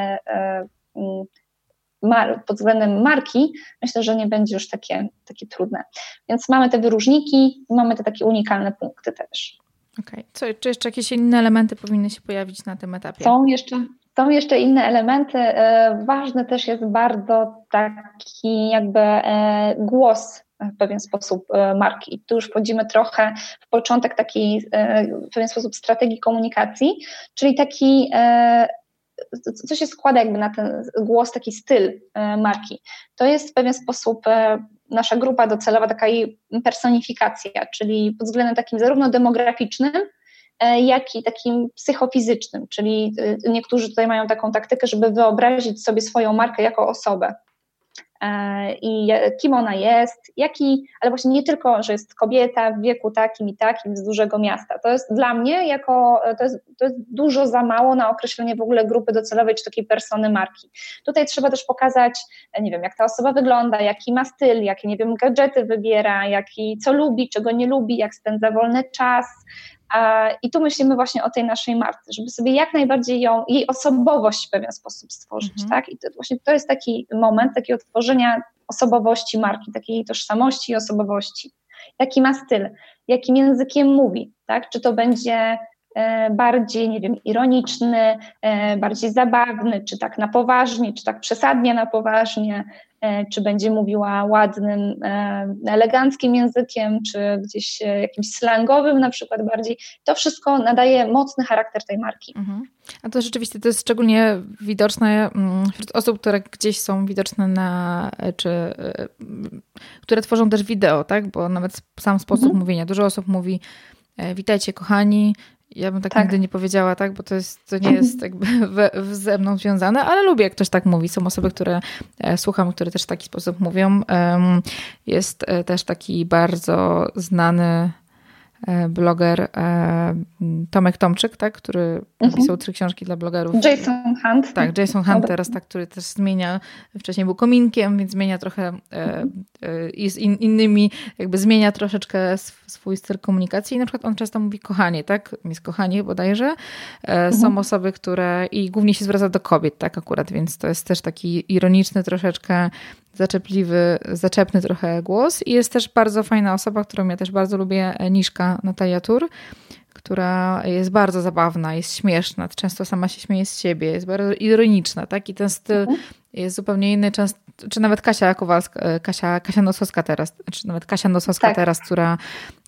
pod względem marki, myślę, że nie będzie już takie trudne. Więc mamy te wyróżniki, mamy te takie unikalne punkty też. Okej. Czy jeszcze jakieś inne elementy powinny się pojawić na tym etapie? Są jeszcze inne elementy. Ważny też jest bardzo taki jakby głos w pewien sposób marki. Tu już wchodzimy trochę w początek takiej w pewien sposób strategii komunikacji, czyli taki co się składa jakby na ten głos, taki styl marki. To jest w pewien sposób nasza grupa docelowa, taka jej personifikacja, czyli pod względem takim zarówno demograficznym, jak i takim psychofizycznym, czyli niektórzy tutaj mają taką taktykę, żeby wyobrazić sobie swoją markę jako osobę. i kim ona jest, ale właśnie nie tylko, że jest kobieta w wieku takim i takim z dużego miasta. To jest dla mnie to jest dużo za mało na określenie w ogóle grupy docelowej czy takiej persony marki. Tutaj trzeba też pokazać, nie wiem, jak ta osoba wygląda, jaki ma styl, jakie, nie wiem, gadżety wybiera, co lubi, czego nie lubi, jak spędza wolny czas. I tu myślimy właśnie o tej naszej marce, żeby sobie jak najbardziej jej osobowość w pewien sposób stworzyć, tak? I to jest taki moment takiego tworzenia osobowości marki, takiej jej tożsamości i osobowości. Jaki ma styl, jakim językiem mówi, tak? Czy to będzie bardziej, nie wiem, ironiczny, bardziej zabawny, czy tak na poważnie, czy tak przesadnie na poważnie, czy będzie mówiła ładnym, eleganckim językiem, czy gdzieś jakimś slangowym na przykład bardziej. To wszystko nadaje mocny charakter tej marki. A to rzeczywiście to jest szczególnie widoczne wśród osób, które gdzieś są widoczne czy które tworzą też wideo, tak? Bo nawet sam sposób mówienia. Dużo osób mówi: witajcie kochani. Ja bym tak nigdy nie powiedziała, tak, bo to nie jest jakby ze mną związane, ale lubię, jak ktoś tak mówi. Są osoby, które słucham, które też w taki sposób mówią. Jest też taki bardzo znany bloger Tomek Tomczyk, tak, który napisał 3 książki dla blogerów. Jason Hunt. Tak, Jason Hunt teraz, tak, który też zmienia, wcześniej był kominkiem, więc zmienia trochę i z innymi, jakby zmienia troszeczkę swój styl komunikacji i na przykład on często mówi kochanie, tak, jest kochanie bodajże. Są osoby, które i głównie się zwraca do kobiet, tak akurat, więc to jest też taki ironiczny troszeczkę, zaczepliwy, zaczepny trochę głos i jest też bardzo fajna osoba, którą ja też bardzo lubię, Niszka Natalia Tur, która jest bardzo zabawna, jest śmieszna, często sama się śmieje z siebie, jest bardzo ironiczna, tak? I ten styl jest zupełnie inny, czy nawet Kasia Kowalska, Kasia Nosowska teraz, czy nawet Kasia Nosowska teraz, która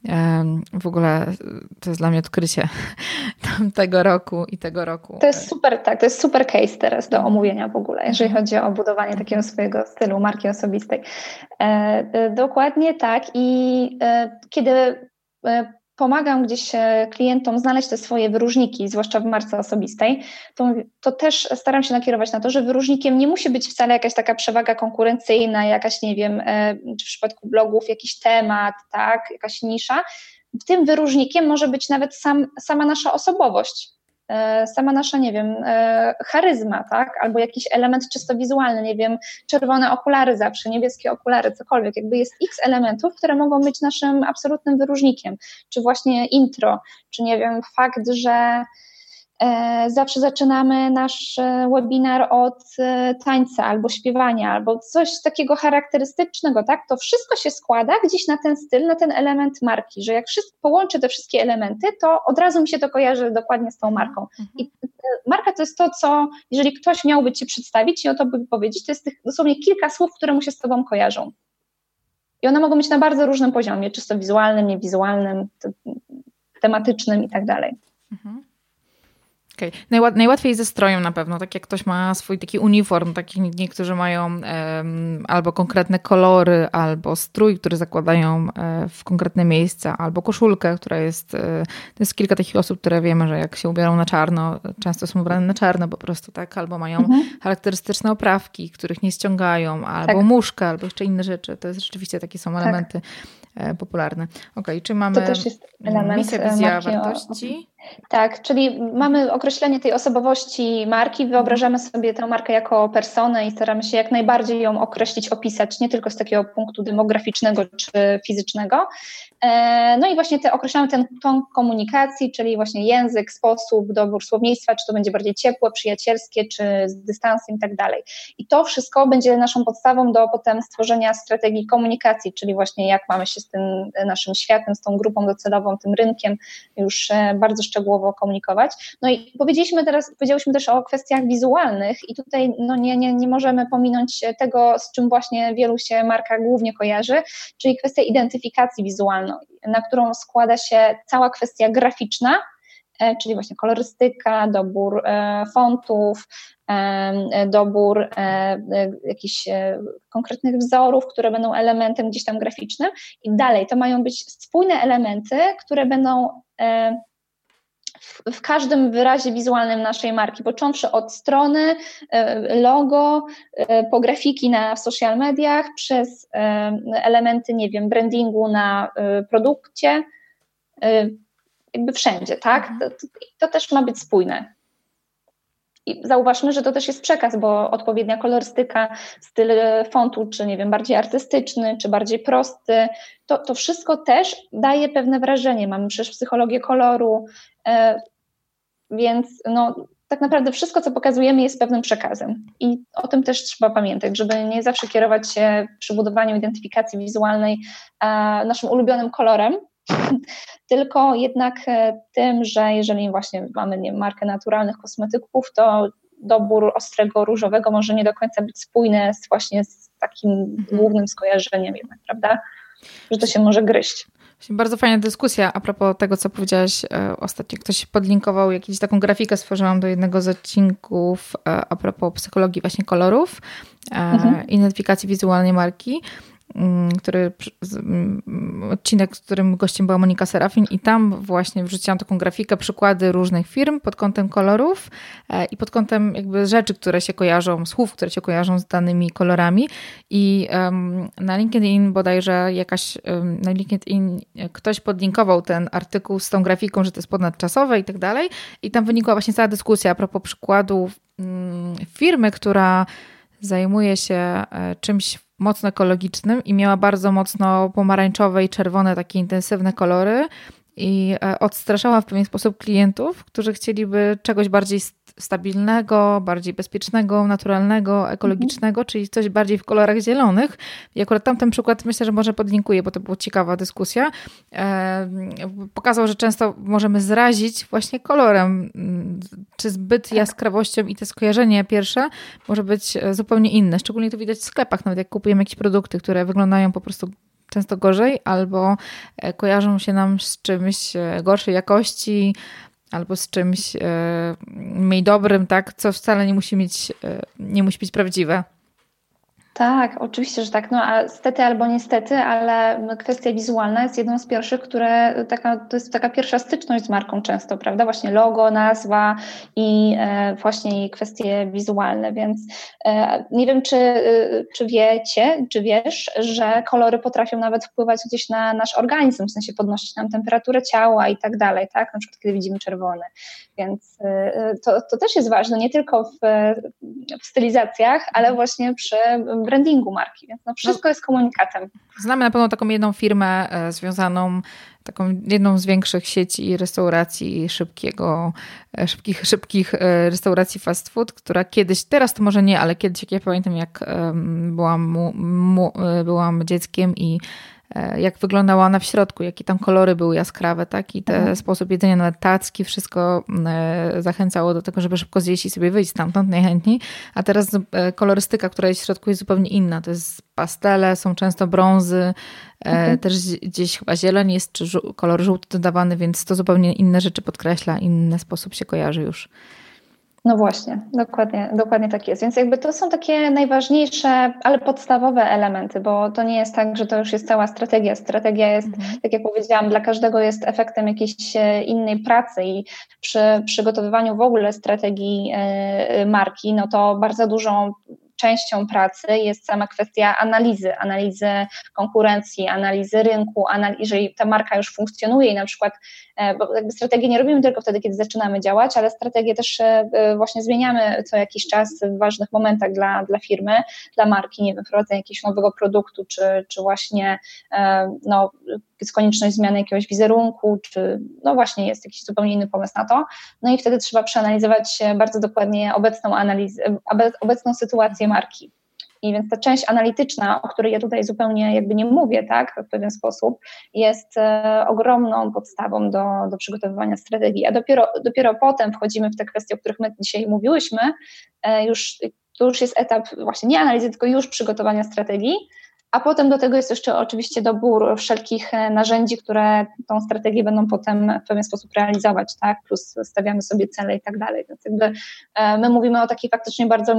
w ogóle to jest dla mnie odkrycie tego roku i tego roku. To jest super, tak, to jest super case teraz do omówienia w ogóle, jeżeli chodzi o budowanie takiego swojego stylu, marki osobistej. Dokładnie tak i kiedy pomagam gdzieś klientom znaleźć te swoje wyróżniki, zwłaszcza w marce osobistej, to też staram się nakierować na to, że wyróżnikiem nie musi być wcale jakaś taka przewaga konkurencyjna, jakaś, nie wiem, czy w przypadku blogów jakiś temat, tak, jakaś nisza. Tym wyróżnikiem może być nawet sama nasza osobowość, sama nasza, nie wiem, charyzma, tak, albo jakiś element czysto wizualny, nie wiem, czerwone okulary zawsze, niebieskie okulary, cokolwiek, jakby jest x elementów, które mogą być naszym absolutnym wyróżnikiem, czy właśnie intro, czy nie wiem, fakt, że zawsze zaczynamy nasz webinar od tańca albo śpiewania, albo coś takiego charakterystycznego, tak? To wszystko się składa gdzieś na ten styl, na ten element marki, że jak połączę te wszystkie elementy, to od razu mi się to kojarzy dokładnie z tą marką. I marka to jest to, co, jeżeli ktoś miałby Ci przedstawić i o to by powiedzieć, to jest tych dosłownie kilka słów, które mu się z Tobą kojarzą. I one mogą być na bardzo różnym poziomie, czysto wizualnym, niewizualnym, tematycznym i tak dalej. Okay. Najłatwiej ze strojem na pewno, tak jak ktoś ma swój taki uniform, tak jak niektórzy mają albo konkretne kolory, albo strój, który zakładają w konkretne miejsca, albo koszulkę, która jest, to jest kilka takich osób, które wiemy, że jak się ubiorą na czarno, często są ubrane na czarno po prostu, tak, albo mają charakterystyczne oprawki, których nie ściągają, albo muszka, albo jeszcze inne rzeczy, to jest rzeczywiście takie są elementy popularne. Okej, czy mamy to też jest element misja, wizja, wartości? Tak, czyli mamy określenie tej osobowości marki, wyobrażamy sobie tę markę jako personę i staramy się jak najbardziej ją określić, opisać, nie tylko z takiego punktu demograficznego czy fizycznego. No i właśnie określamy ten ton komunikacji, czyli właśnie język, sposób, dobór słownictwa, czy to będzie bardziej ciepłe, przyjacielskie, czy z dystansem i tak dalej. I to wszystko będzie naszą podstawą do potem stworzenia strategii komunikacji, czyli właśnie jak mamy się z tym naszym światem, z tą grupą docelową, tym rynkiem już bardzo szczegółowo komunikować. No i powiedzieliśmy też o kwestiach wizualnych i tutaj no nie możemy pominąć tego, z czym właśnie wielu się marka głównie kojarzy, czyli kwestia identyfikacji wizualnej, na którą składa się cała kwestia graficzna, czyli właśnie kolorystyka, dobór fontów, dobór jakichś konkretnych wzorów, które będą elementem gdzieś tam graficznym i dalej to mają być spójne elementy, które będą w każdym wyrazie wizualnym naszej marki, począwszy od strony, logo, po grafiki w social mediach, przez elementy, nie wiem, brandingu na produkcie, jakby wszędzie, tak? To też ma być spójne. I zauważmy, że to też jest przekaz, bo odpowiednia kolorystyka, styl fontu, czy nie wiem, bardziej artystyczny, czy bardziej prosty, to wszystko też daje pewne wrażenie. Mamy przecież psychologię koloru, więc tak naprawdę wszystko, co pokazujemy, jest pewnym przekazem. I o tym też trzeba pamiętać, żeby nie zawsze kierować się przy budowaniu identyfikacji wizualnej naszym ulubionym kolorem, tylko jednak tym, że jeżeli właśnie mamy markę naturalnych kosmetyków, to dobór ostrego różowego może nie do końca być spójny z takim głównym skojarzeniem jednak, prawda? Że to się może gryźć. Bardzo fajna dyskusja a propos tego, co powiedziałaś ostatnio. Ktoś podlinkował jakąś taką grafikę, stworzyłam do jednego z odcinków a propos psychologii właśnie kolorów, identyfikacji wizualnej marki, odcinek, z którym gościem była Monika Serafin i tam właśnie wrzuciłam taką grafikę, przykłady różnych firm pod kątem kolorów i pod kątem jakby rzeczy, które się kojarzą, słów, które się kojarzą z danymi kolorami i na LinkedIn bodajże na LinkedIn ktoś podlinkował ten artykuł z tą grafiką, że to jest ponadczasowe i tak dalej i tam wynikła właśnie cała dyskusja a propos przykładu firmy, która zajmuje się czymś mocno ekologicznym i miała bardzo mocno pomarańczowe i czerwone takie intensywne kolory i odstraszała w pewien sposób klientów, którzy chcieliby czegoś bardziej stabilnego, bardziej bezpiecznego, naturalnego, ekologicznego, czyli coś bardziej w kolorach zielonych. I akurat tamten przykład myślę, że może podlinkuję, bo to była ciekawa dyskusja. Pokazał, że często możemy zrazić właśnie kolorem, czy zbyt jaskrawością i to skojarzenie pierwsze może być zupełnie inne. Szczególnie to widać w sklepach, nawet jak kupujemy jakieś produkty, które wyglądają po prostu często gorzej albo kojarzą się nam z czymś gorszej jakości, albo z czymś mniej dobrym, tak, co wcale nie musi być prawdziwe. Tak, oczywiście, że tak. A stety albo niestety, ale kwestia wizualna jest jedną z pierwszych, to jest taka pierwsza styczność z marką często, prawda? Właśnie logo, nazwa i właśnie kwestie wizualne, więc nie wiem, czy wiecie, czy wiesz, że kolory potrafią nawet wpływać gdzieś na nasz organizm, w sensie podnosić nam temperaturę ciała i tak dalej, tak? Na przykład kiedy widzimy czerwony. Więc to też jest ważne, nie tylko w stylizacjach, ale właśnie przy brandingu marki, więc wszystko jest komunikatem. Znamy na pewno taką jedną firmę związaną, taką jedną z większych sieci restauracji szybkich restauracji fast food, która kiedyś, teraz to może nie, ale kiedyś, jak ja pamiętam, jak byłam dzieckiem i jak wyglądała ona w środku, jakie tam kolory były jaskrawe, tak? I sposób jedzenia, nawet tacki, wszystko zachęcało do tego, żeby szybko zjeść i sobie wyjść stamtąd najchętniej. A teraz kolorystyka, która jest w środku, jest zupełnie inna. To jest pastele, są często brązy, też gdzieś chyba zieleń jest, czy kolor żółty dodawany, więc to zupełnie inne rzeczy podkreśla, inny sposób się kojarzy już. No właśnie, dokładnie tak jest. Więc jakby to są takie najważniejsze, ale podstawowe elementy, bo to nie jest tak, że to już jest cała strategia. Strategia jest, tak jak powiedziałam, dla każdego jest efektem jakiejś innej pracy i przy przygotowywaniu w ogóle strategii marki, no to bardzo dużą częścią pracy jest sama kwestia analizy konkurencji, analizy rynku, jeżeli ta marka już funkcjonuje i na przykład, bo jakby strategię nie robimy tylko wtedy, kiedy zaczynamy działać, ale strategię też właśnie zmieniamy co jakiś czas w ważnych momentach dla firmy, dla marki, nie wiem, wprowadzenie jakiegoś nowego produktu, czy właśnie jest konieczność zmiany jakiegoś wizerunku, czy właśnie jest jakiś zupełnie inny pomysł na to. No i wtedy trzeba przeanalizować bardzo dokładnie obecną sytuację marki. I więc ta część analityczna, o której ja tutaj zupełnie jakby nie mówię, tak, w pewien sposób, jest ogromną podstawą do przygotowywania strategii, a dopiero potem wchodzimy w te kwestie, o których my dzisiaj mówiłyśmy, to już jest etap właśnie nie analizy, tylko już przygotowania strategii, a potem do tego jest jeszcze oczywiście dobór wszelkich narzędzi, które tą strategię będą potem w pewien sposób realizować, tak? Plus stawiamy sobie cele i tak dalej. Więc jakby my mówimy o takiej faktycznie bardzo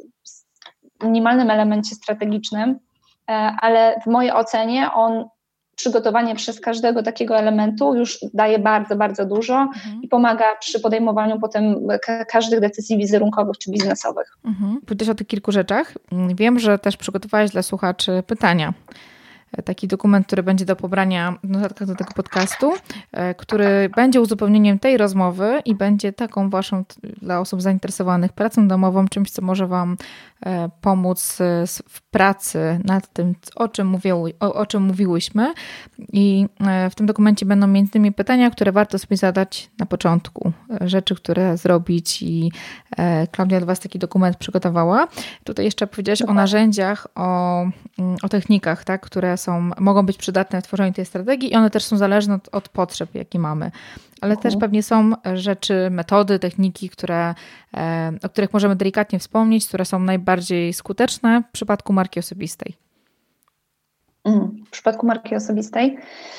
minimalnym elemencie strategicznym, ale w mojej ocenie on przygotowanie przez każdego takiego elementu już daje bardzo, bardzo dużo i pomaga przy podejmowaniu potem każdych decyzji wizerunkowych czy biznesowych. Powiedziałeś o tych kilku rzeczach. Wiem, że też przygotowałaś dla słuchaczy pytania. Taki dokument, który będzie do pobrania w notatkach do tego podcastu, który będzie uzupełnieniem tej rozmowy i będzie taką waszą, dla osób zainteresowanych, pracą domową, czymś, co może wam pomóc w pracy nad tym, o czym mówiłyśmy. I w tym dokumencie będą między innymi pytania, które warto sobie zadać na początku. Rzeczy, które zrobić i Klaudia dla was taki dokument przygotowała. Tutaj jeszcze powiedziałaś o narzędziach, o technikach, tak, które mogą być przydatne w tworzeniu tej strategii i one też są zależne od potrzeb, jakie mamy. Ale też pewnie są rzeczy, metody, techniki, o których możemy delikatnie wspomnieć, które są najbardziej skuteczne w przypadku marki osobistej. W przypadku marki osobistej?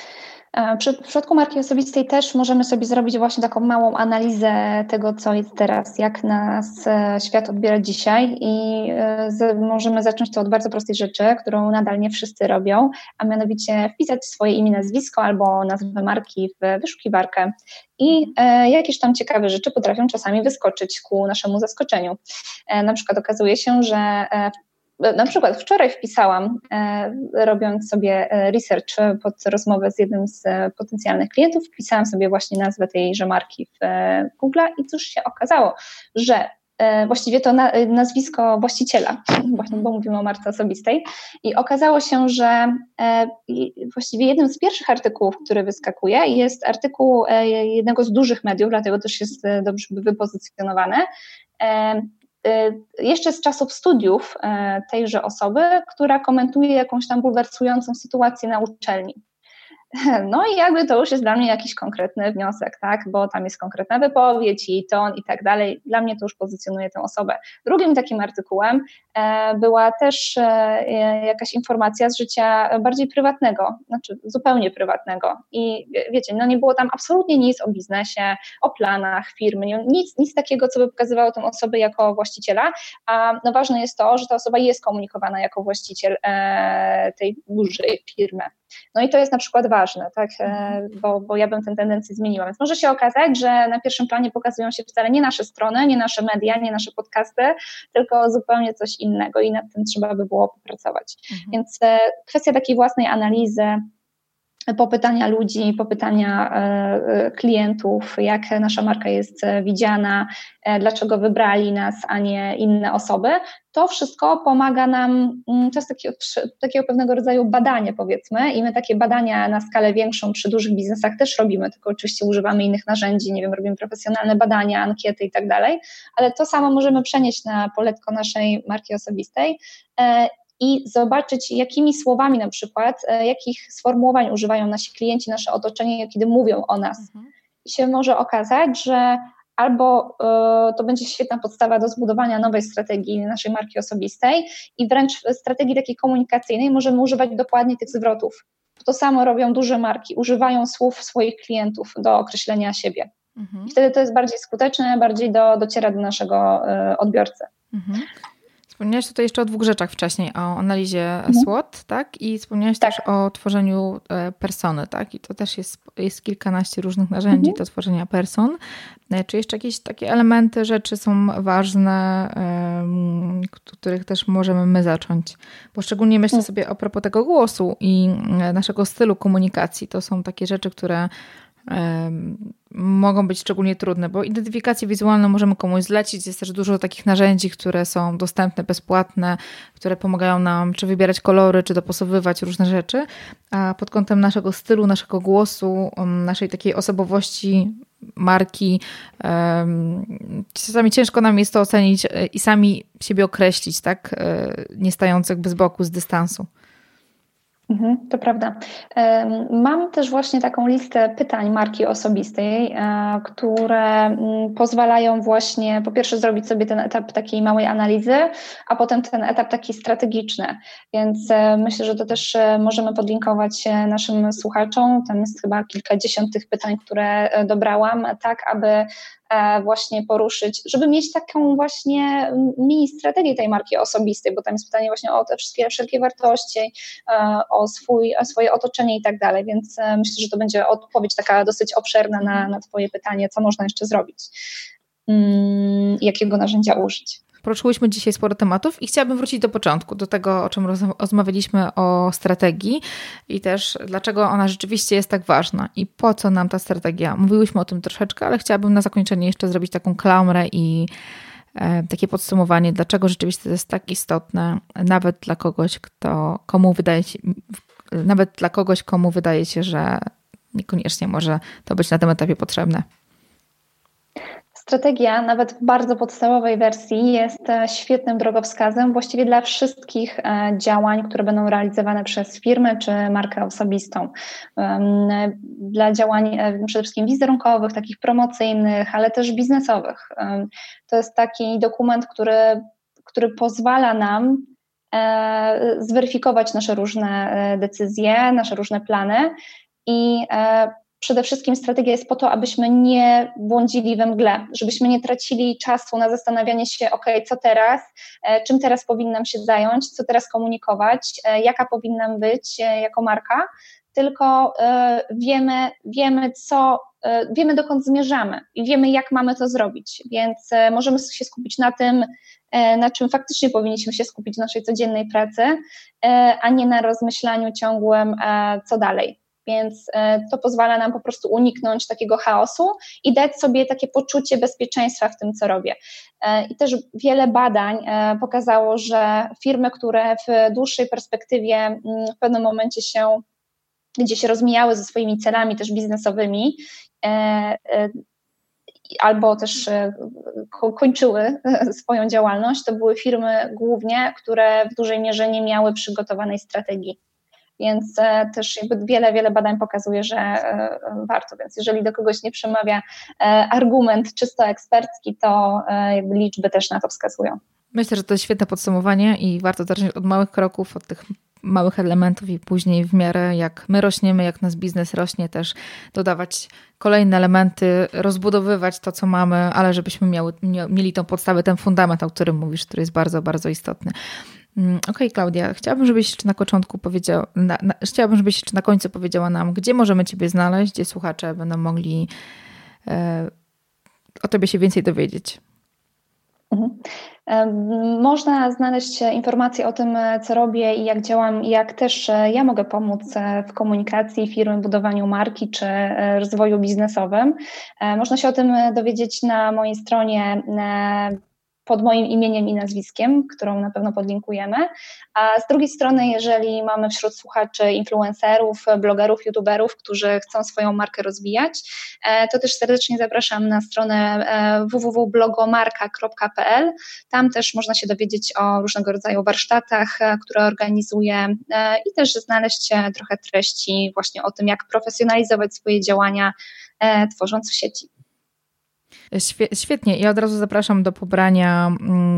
W przypadku marki osobistej też możemy sobie zrobić właśnie taką małą analizę tego, co jest teraz, jak nas świat odbiera dzisiaj i możemy zacząć to od bardzo prostej rzeczy, którą nadal nie wszyscy robią, a mianowicie wpisać swoje imię, nazwisko albo nazwę marki w wyszukiwarkę i jakieś tam ciekawe rzeczy potrafią czasami wyskoczyć ku naszemu zaskoczeniu. Na przykład okazuje się, że na przykład wczoraj wpisałam, robiąc sobie research pod rozmowę z jednym z potencjalnych klientów, wpisałam sobie właśnie nazwę tejże marki w Google i cóż się okazało, że właściwie to nazwisko właściciela, właśnie, bo mówimy o marce osobistej i okazało się, że właściwie jednym z pierwszych artykułów, który wyskakuje, jest artykuł jednego z dużych mediów, dlatego też jest dobrze wypozycjonowane, jeszcze z czasów studiów tejże osoby, która komentuje jakąś tam bulwersującą sytuację na uczelni. No i jakby to już jest dla mnie jakiś konkretny wniosek, tak, bo tam jest konkretna wypowiedź i ton i tak dalej. Dla mnie to już pozycjonuje tę osobę. Drugim takim artykułem była też jakaś informacja z życia bardziej prywatnego, znaczy zupełnie prywatnego i wiecie, no nie było tam absolutnie nic o biznesie, o planach firmy, nic takiego, co by pokazywało tę osobę jako właściciela, a no ważne jest to, że ta osoba jest komunikowana jako właściciel tej dużej firmy. No i to jest na przykład ważne, tak, bo ja bym tę tendencję zmieniła. Więc może się okazać, że na pierwszym planie pokazują się wcale nie nasze strony, nie nasze media, nie nasze podcasty, tylko zupełnie coś innego i nad tym trzeba by było popracować. Więc kwestia takiej własnej analizy, popytania ludzi, popytania klientów, jak nasza marka jest widziana, dlaczego wybrali nas, a nie inne osoby. To wszystko pomaga nam, to jest takiego pewnego rodzaju badanie, powiedzmy, i my takie badania na skalę większą przy dużych biznesach też robimy, tylko oczywiście używamy innych narzędzi, nie wiem, robimy profesjonalne badania, ankiety i tak dalej, ale to samo możemy przenieść na poletko naszej marki osobistej i zobaczyć, jakimi słowami na przykład, jakich sformułowań używają nasi klienci, nasze otoczenie, kiedy mówią o nas. I się może okazać, że albo to będzie świetna podstawa do zbudowania nowej strategii naszej marki osobistej i wręcz w strategii takiej komunikacyjnej możemy używać dokładnie tych zwrotów. To samo robią duże marki, używają słów swoich klientów do określenia siebie. I wtedy to jest bardziej skuteczne, bardziej dociera do naszego odbiorcy. Wspomniałaś tutaj jeszcze o dwóch rzeczach wcześniej, o analizie SWOT, tak? I wspomniałaś też o tworzeniu persony, tak? I to też jest kilkanaście różnych narzędzi do tworzenia person. Czy jeszcze jakieś takie elementy, rzeczy są ważne, których też możemy my zacząć? Bo szczególnie myślę sobie a propos tego głosu i naszego stylu komunikacji. To są takie rzeczy, które mogą być szczególnie trudne, bo identyfikację wizualną możemy komuś zlecić. Jest też dużo takich narzędzi, które są dostępne, bezpłatne, które pomagają nam czy wybierać kolory, czy dopasowywać różne rzeczy, a pod kątem naszego stylu, naszego głosu, naszej takiej osobowości marki, czasami ciężko nam jest to ocenić i sami siebie określić, tak? Nie stając jakby z boku, z dystansu. To prawda. Mam też właśnie taką listę pytań marki osobistej, które pozwalają właśnie po pierwsze zrobić sobie ten etap takiej małej analizy, a potem ten etap taki strategiczny. Więc myślę, że to też możemy podlinkować naszym słuchaczom. Tam jest chyba kilkadziesiąt tych pytań, które dobrałam, tak aby właśnie poruszyć, żeby mieć taką właśnie mini strategię tej marki osobistej, bo tam jest pytanie właśnie o te wszelkie wartości, o swoje otoczenie i tak dalej, więc myślę, że to będzie odpowiedź taka dosyć obszerna na Twoje pytanie, co można jeszcze zrobić, jakiego narzędzia użyć. Poruszyłyśmy dzisiaj sporo tematów i chciałabym wrócić do początku, do tego, o czym rozmawialiśmy, o strategii i też dlaczego ona rzeczywiście jest tak ważna i po co nam ta strategia. Mówiłyśmy o tym troszeczkę, ale chciałabym na zakończenie jeszcze zrobić taką klamrę i takie podsumowanie, dlaczego rzeczywiście to jest tak istotne, nawet dla kogoś, komu wydaje się, że niekoniecznie może to być na tym etapie potrzebne. Strategia, nawet w bardzo podstawowej wersji, jest świetnym drogowskazem właściwie dla wszystkich działań, które będą realizowane przez firmę czy markę osobistą. Dla działań przede wszystkim wizerunkowych, takich promocyjnych, ale też biznesowych. To jest taki dokument, który pozwala nam zweryfikować nasze różne decyzje, nasze różne plany i przede wszystkim strategia jest po to, abyśmy nie błądzili we mgle, żebyśmy nie tracili czasu na zastanawianie się, co teraz, czym teraz powinnam się zająć, co teraz komunikować, jaka powinnam być jako marka, tylko wiemy dokąd zmierzamy i wiemy, jak mamy to zrobić, więc możemy się skupić na tym, na czym faktycznie powinniśmy się skupić w naszej codziennej pracy, a nie na rozmyślaniu ciągłym, co dalej. Więc to pozwala nam po prostu uniknąć takiego chaosu i dać sobie takie poczucie bezpieczeństwa w tym, co robię. I też wiele badań pokazało, że firmy, które w dłuższej perspektywie w pewnym momencie gdzie się rozmijały ze swoimi celami też biznesowymi, albo też kończyły swoją działalność, to były firmy głównie, które w dużej mierze nie miały przygotowanej strategii. Więc też wiele badań pokazuje, że warto. Więc jeżeli do kogoś nie przemawia argument czysto ekspercki, to liczby też na to wskazują. Myślę, że to jest świetne podsumowanie i warto zacząć od małych kroków, od tych małych elementów i później w miarę jak my rośniemy, jak nasz biznes rośnie, też dodawać kolejne elementy, rozbudowywać to, co mamy, ale żebyśmy mieli tą podstawę, ten fundament, o którym mówisz, który jest bardzo, bardzo istotny. Okej, Klaudia, chciałabym, żebyś jeszcze na końcu powiedziała nam, gdzie możemy Ciebie znaleźć, gdzie słuchacze będą mogli o Tobie się więcej dowiedzieć. Można znaleźć informacje o tym, co robię i jak działam, i jak też ja mogę pomóc w komunikacji firmy, budowaniu marki czy rozwoju biznesowym. Można się o tym dowiedzieć na mojej stronie pod moim imieniem i nazwiskiem, którą na pewno podlinkujemy. A z drugiej strony, jeżeli mamy wśród słuchaczy influencerów, blogerów, youtuberów, którzy chcą swoją markę rozwijać, to też serdecznie zapraszam na stronę www.blogomarka.pl. Tam też można się dowiedzieć o różnego rodzaju warsztatach, które organizuję i też znaleźć trochę treści właśnie o tym, jak profesjonalizować swoje działania, tworząc w sieci. Świetnie. Ja od razu zapraszam do pobrania,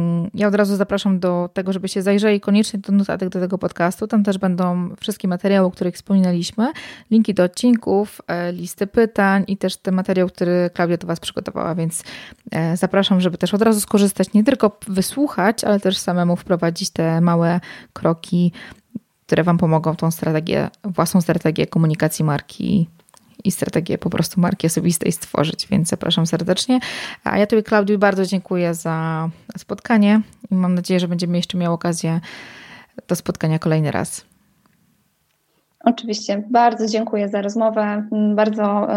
do tego, żebyście zajrzeli koniecznie do notatek do tego podcastu. Tam też będą wszystkie materiały, o których wspominaliśmy, linki do odcinków, listy pytań i też ten materiał, który Klaudia do Was przygotowała, więc zapraszam, żeby też od razu skorzystać, nie tylko wysłuchać, ale też samemu wprowadzić te małe kroki, które Wam pomogą tą własną strategię komunikacji marki i strategię po prostu marki osobistej stworzyć, więc zapraszam serdecznie. A ja Tobie, Klaudiu, bardzo dziękuję za spotkanie i mam nadzieję, że będziemy jeszcze miały okazję do spotkania kolejny raz. Oczywiście, bardzo dziękuję za rozmowę, bardzo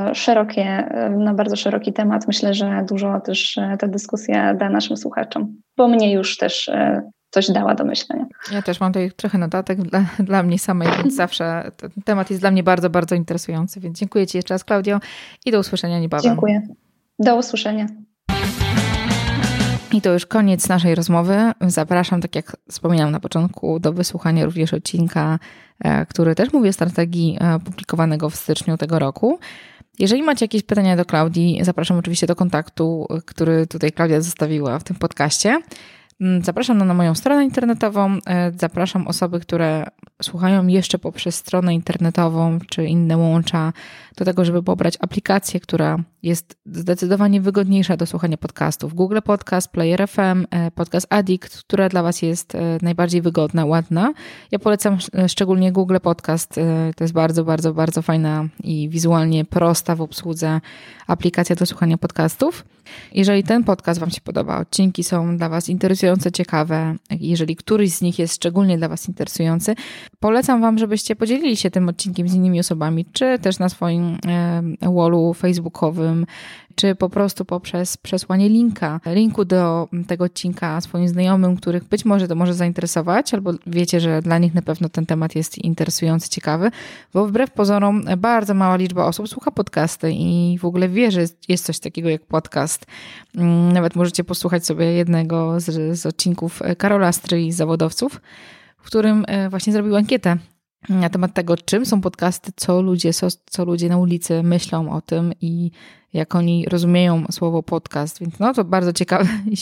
szeroki temat. Myślę, że dużo też ta dyskusja da naszym słuchaczom, bo mnie już też coś dała do myślenia. Ja też mam tutaj trochę notatek dla mnie samej, więc zawsze ten temat jest dla mnie bardzo, bardzo interesujący, więc dziękuję Ci jeszcze raz, Klaudio, i do usłyszenia niebawem. Dziękuję. Do usłyszenia. I to już koniec naszej rozmowy. Zapraszam, tak jak wspominałam na początku, do wysłuchania również odcinka, który też mówi o strategii, publikowanego w styczniu tego roku. Jeżeli macie jakieś pytania do Klaudii, zapraszam oczywiście do kontaktu, który tutaj Klaudia zostawiła w tym podcaście. Zapraszam na moją stronę internetową, zapraszam osoby, które słuchają jeszcze poprzez stronę internetową czy inne łącza do tego, żeby pobrać aplikację, która jest zdecydowanie wygodniejsza do słuchania podcastów. Google Podcast, Player FM, Podcast Addict, która dla Was jest najbardziej wygodna, ładna. Ja polecam szczególnie Google Podcast. To jest bardzo, bardzo, bardzo fajna i wizualnie prosta w obsłudze aplikacja do słuchania podcastów. Jeżeli ten podcast Wam się podoba, odcinki są dla Was interesujące, ciekawe, jeżeli któryś z nich jest szczególnie dla Was interesujący, polecam Wam, żebyście podzielili się tym odcinkiem z innymi osobami, czy też na swoim wallu facebookowym, czy po prostu poprzez przesłanie linku do tego odcinka swoim znajomym, których być może to może zainteresować, albo wiecie, że dla nich na pewno ten temat jest interesujący, ciekawy, bo wbrew pozorom bardzo mała liczba osób słucha podcasty i w ogóle wie, że jest coś takiego jak podcast. Nawet możecie posłuchać sobie jednego z odcinków Karola Stry, Zawodowców, w którym właśnie zrobił ankietę na temat tego, czym są podcasty, co ludzie na ulicy myślą o tym i jak oni rozumieją słowo podcast. Więc no to bardzo ciekawy i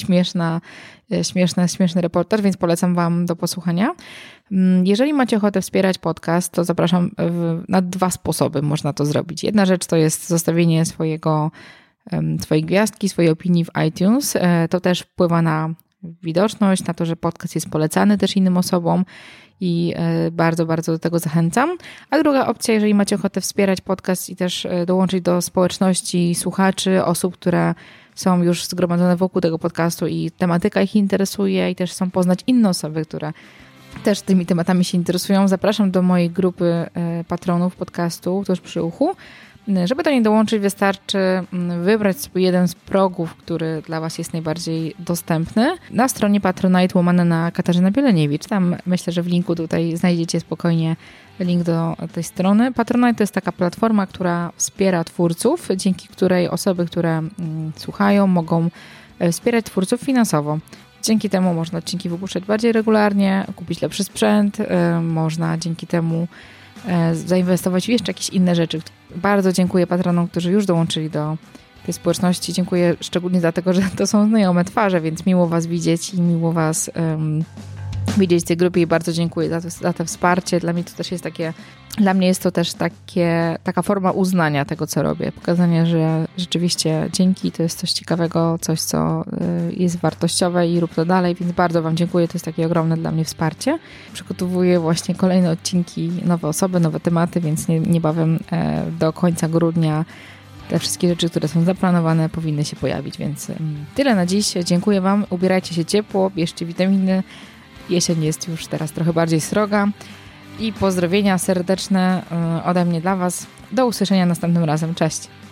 śmieszny reportaż, więc polecam Wam do posłuchania. Jeżeli macie ochotę wspierać podcast, to zapraszam na 2 sposoby można to zrobić. Jedna rzecz to jest zostawienie swojej gwiazdki, swojej opinii w iTunes. To też wpływa na widoczność, na to, że podcast jest polecany też innym osobom i bardzo, bardzo do tego zachęcam. A druga opcja, jeżeli macie ochotę wspierać podcast i też dołączyć do społeczności słuchaczy, osób, które są już zgromadzone wokół tego podcastu i tematyka ich interesuje i też chcą poznać inne osoby, które też tymi tematami się interesują, zapraszam do mojej grupy patronów podcastu tuż przy uchu. Żeby do niej dołączyć, wystarczy wybrać sobie jeden z progów, który dla Was jest najbardziej dostępny. Na stronie Patronite łamane na Katarzyna Bieleniewicz. Tam myślę, że w linku tutaj znajdziecie spokojnie link do tej strony. Patronite to jest taka platforma, która wspiera twórców, dzięki której osoby, które słuchają, mogą wspierać twórców finansowo. Dzięki temu można odcinki wypuszczać bardziej regularnie, kupić lepszy sprzęt, można dzięki temu zainwestować w jeszcze jakieś inne rzeczy. Bardzo dziękuję patronom, którzy już dołączyli do tej społeczności. Dziękuję szczególnie dlatego, że to są znajome twarze, więc miło Was widzieć i miło Was widzieć w tej grupie i bardzo dziękuję za to wsparcie. Dla mnie jest to też taka forma uznania tego, co robię. Pokazania, że rzeczywiście dzięki, to jest coś ciekawego, coś, co jest wartościowe i rób to dalej, więc bardzo Wam dziękuję. To jest takie ogromne dla mnie wsparcie. Przygotowuję właśnie kolejne odcinki, nowe osoby, nowe tematy, więc niebawem do końca grudnia te wszystkie rzeczy, które są zaplanowane, powinny się pojawić, więc tyle na dziś. Dziękuję Wam. Ubierajcie się ciepło, bierzcie witaminy. Jesień jest już teraz trochę bardziej sroga. I pozdrowienia serdeczne ode mnie dla Was. Do usłyszenia następnym razem. Cześć!